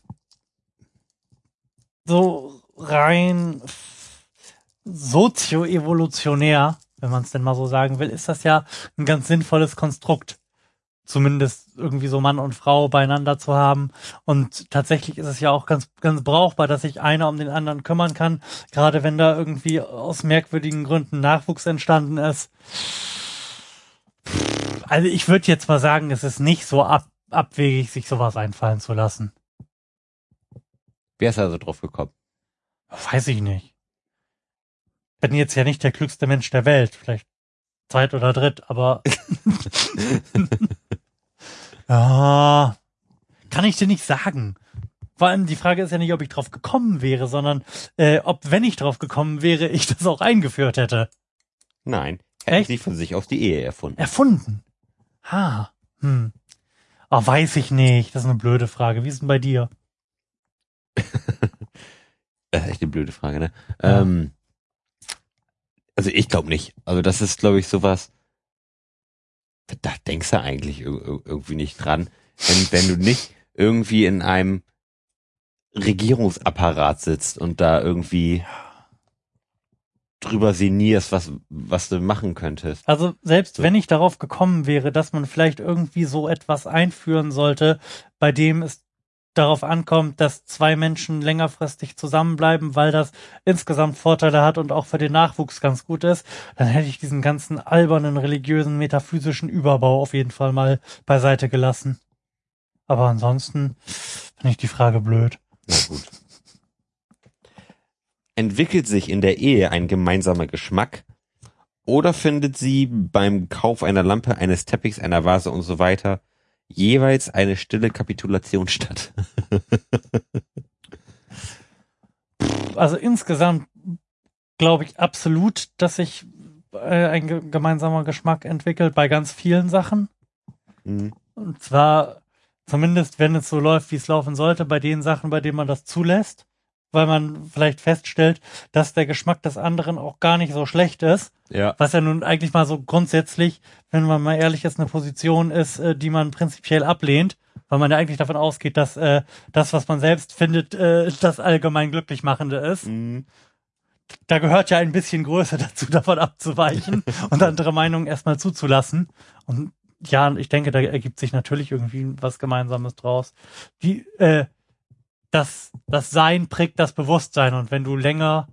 so rein sozioevolutionär, wenn man es denn mal so sagen will, ist das ja ein ganz sinnvolles Konstrukt. Zumindest irgendwie so Mann und Frau beieinander zu haben. Und tatsächlich ist es ja auch ganz, ganz brauchbar, dass sich einer um den anderen kümmern kann. Gerade wenn da irgendwie aus merkwürdigen Gründen Nachwuchs entstanden ist. Also ich würde jetzt mal sagen, es ist nicht so abwegig, sich sowas einfallen zu lassen. Wer ist also drauf gekommen? Weiß ich nicht. Bin jetzt ja nicht der klügste Mensch der Welt. Vielleicht zweit oder dritt, aber ja, kann ich dir nicht sagen. Vor allem die Frage ist ja nicht, ob ich drauf gekommen wäre, sondern ob, wenn ich drauf gekommen wäre, ich das auch eingeführt hätte. Nein. Hätten Echt? Sie von sich aus die Ehe erfunden? Erfunden. Ha. Weiß ich nicht. Das ist eine blöde Frage. Wie ist denn bei dir? Das ist echt eine blöde Frage, ne? Ja. Also ich glaube nicht. Also das ist, glaube ich, sowas, da denkst du eigentlich irgendwie nicht dran. Wenn du nicht irgendwie in einem Regierungsapparat sitzt und da irgendwie drüber sinnierst, was du machen könntest. Also selbst So. wenn ich darauf gekommen wäre, dass man vielleicht irgendwie so etwas einführen sollte, bei dem es darauf ankommt, dass zwei Menschen längerfristig zusammenbleiben, weil das insgesamt Vorteile hat und auch für den Nachwuchs ganz gut ist, dann hätte ich diesen ganzen albernen, religiösen, metaphysischen Überbau auf jeden Fall mal beiseite gelassen. Aber ansonsten finde ich die Frage blöd. Na gut. Entwickelt sich in der Ehe ein gemeinsamer Geschmack oder findet sie beim Kauf einer Lampe, eines Teppichs, einer Vase und so weiter jeweils eine stille Kapitulation statt? Also insgesamt glaube ich absolut, dass sich ein gemeinsamer Geschmack entwickelt bei ganz vielen Sachen. Mhm. Und zwar zumindest, wenn es so läuft, wie es laufen sollte, bei den Sachen, bei denen man das zulässt, weil man vielleicht feststellt, dass der Geschmack des anderen auch gar nicht so schlecht ist, Ja. was ja nun eigentlich mal so grundsätzlich, wenn man mal ehrlich ist, eine Position ist, die man prinzipiell ablehnt, weil man ja eigentlich davon ausgeht, dass das, was man selbst findet, das allgemein Glücklichmachende ist. Mhm. Da gehört ja ein bisschen Größe dazu, davon abzuweichen und andere Meinungen erstmal zuzulassen. Und ja, ich denke, da ergibt sich natürlich irgendwie was Gemeinsames draus. Das Sein prägt das Bewusstsein, und wenn du länger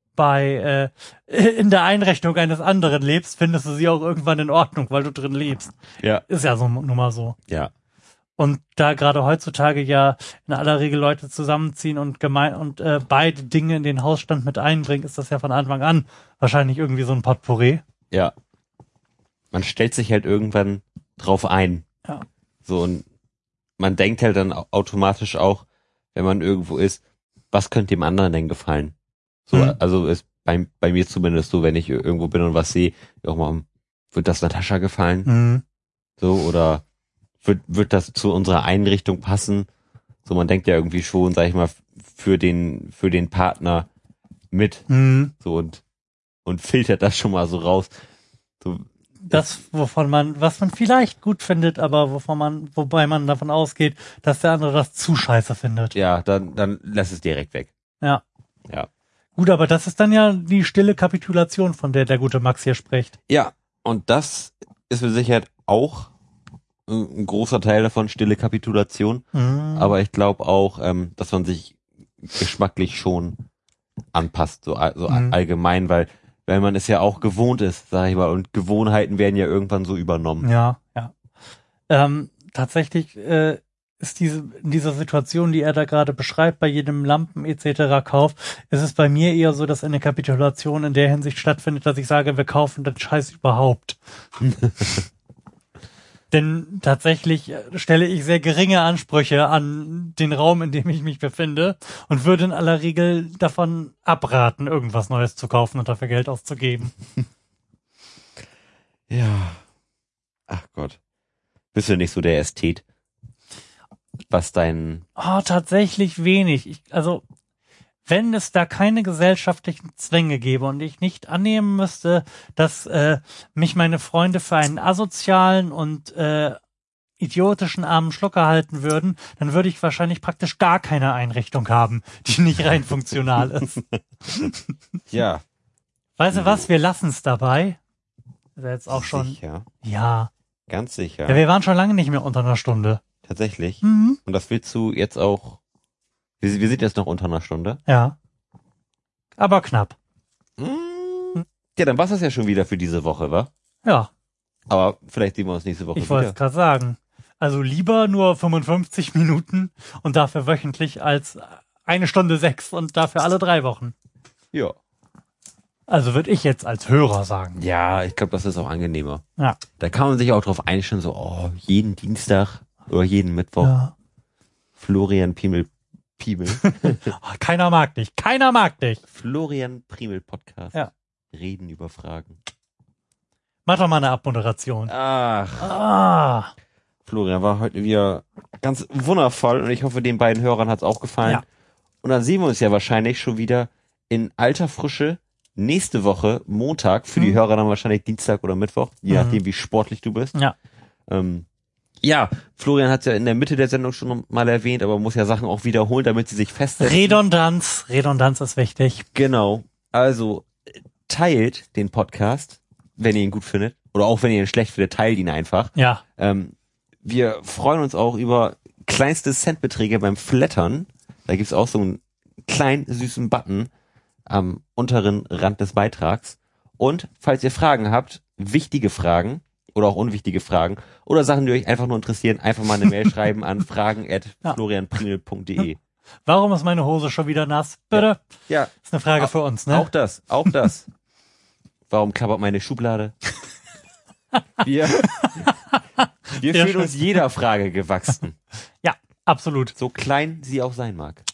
in der Einrechnung eines anderen lebst, findest du sie auch irgendwann in Ordnung, weil du drin lebst. Ja. Ist ja so nun mal so. Ja. Und da gerade heutzutage ja in aller Regel Leute zusammenziehen und beide Dinge in den Hausstand mit einbringen, ist das ja von Anfang an wahrscheinlich irgendwie so ein Potpourri. Ja. Man stellt sich halt irgendwann drauf ein. Ja. So, und man denkt halt dann automatisch auch, wenn man irgendwo ist, was könnte dem anderen denn gefallen? So, also ist bei mir zumindest so, wenn ich irgendwo bin und was sehe, auch mal, wird das Natascha gefallen? Mhm. So, oder wird das zu unserer Einrichtung passen? So, man denkt ja irgendwie schon, sag ich mal, für den Partner mit. So, und filtert das schon mal so raus. So, Das, was man vielleicht gut findet, aber wobei man davon ausgeht, dass der andere das zu scheiße findet. ja, dann lass es direkt weg. Ja. Ja. Gut, aber das ist dann ja die stille Kapitulation, von der gute Max hier spricht. Ja, und das ist mit Sicherheit auch ein großer Teil davon, stille Kapitulation. Aber ich glaube auch, dass man sich geschmacklich schon anpasst, so allgemein, weil man es ja auch gewohnt ist, sag ich mal, und Gewohnheiten werden ja irgendwann so übernommen. Ja. Tatsächlich ist in dieser Situation, die er da gerade beschreibt, bei jedem Lampen etc. Kauf, ist es bei mir eher so, dass eine Kapitulation in der Hinsicht stattfindet, dass ich sage, wir kaufen den Scheiß überhaupt. Denn tatsächlich stelle ich sehr geringe Ansprüche an den Raum, in dem ich mich befinde und würde in aller Regel davon abraten, irgendwas Neues zu kaufen und dafür Geld auszugeben. Ja. Ach Gott. Bist du nicht so der Ästhet? Was dein... Tatsächlich wenig. Wenn es da keine gesellschaftlichen Zwänge gäbe und ich nicht annehmen müsste, dass mich meine Freunde für einen asozialen und idiotischen armen Schlucker halten würden, dann würde ich wahrscheinlich praktisch gar keine Einrichtung haben, die nicht rein funktional ist. Ja. Weißt du was? Wir lassen es dabei. Ist ja jetzt auch schon. Sicher? Ja. Ganz sicher. Ja, wir waren schon lange nicht mehr unter einer Stunde. Tatsächlich. Mhm. Und das willst du jetzt auch... Wir sind jetzt noch unter einer Stunde. Ja. Aber knapp. Ja, dann war's das ja schon wieder für diese Woche, wa? Ja. Aber vielleicht sehen wir uns nächste Woche Ich wollte wieder. es gerade sagen. Also lieber nur 55 Minuten und dafür wöchentlich als 1:06 und dafür alle 3 Wochen. Ja. Also würde ich jetzt als Hörer sagen. Ja, ich glaube, das ist auch angenehmer. Ja. Da kann man sich auch drauf einstellen, so, jeden Dienstag oder jeden Mittwoch. Ja. Florian Piemel. Keiner mag dich. Keiner mag dich. Florian Priemel Podcast. Ja. Reden über Fragen. Mach doch mal eine Abmoderation. Ach. Florian war heute wieder ganz wundervoll und ich hoffe, den beiden Hörern hat's auch gefallen. Ja. Und dann sehen wir uns ja wahrscheinlich schon wieder in alter Frische nächste Woche, Montag, für die Hörer dann wahrscheinlich Dienstag oder Mittwoch, je nachdem, wie sportlich du bist. Ja. Ja, Florian hat es ja in der Mitte der Sendung schon mal erwähnt, aber man muss ja Sachen auch wiederholen, damit sie sich festsetzen. Redundanz ist wichtig. Genau. Also teilt den Podcast, wenn ihr ihn gut findet. Oder auch wenn ihr ihn schlecht findet, teilt ihn einfach. Ja. Wir freuen uns auch über kleinste Centbeträge beim Flattern. Da gibt's auch so einen kleinen, süßen Button am unteren Rand des Beitrags. Und falls ihr Fragen habt, wichtige Fragen oder auch unwichtige Fragen oder Sachen, die euch einfach nur interessieren, einfach mal eine Mail schreiben an fragen@florianpriemel.de. Warum ist meine Hose schon wieder nass? Bitte? Ja. Ist eine Frage für uns, ne? Auch das. Warum klappert meine Schublade? Wir Sehr fühlen schön. uns jeder Frage gewachsen. Ja, absolut. So klein sie auch sein mag.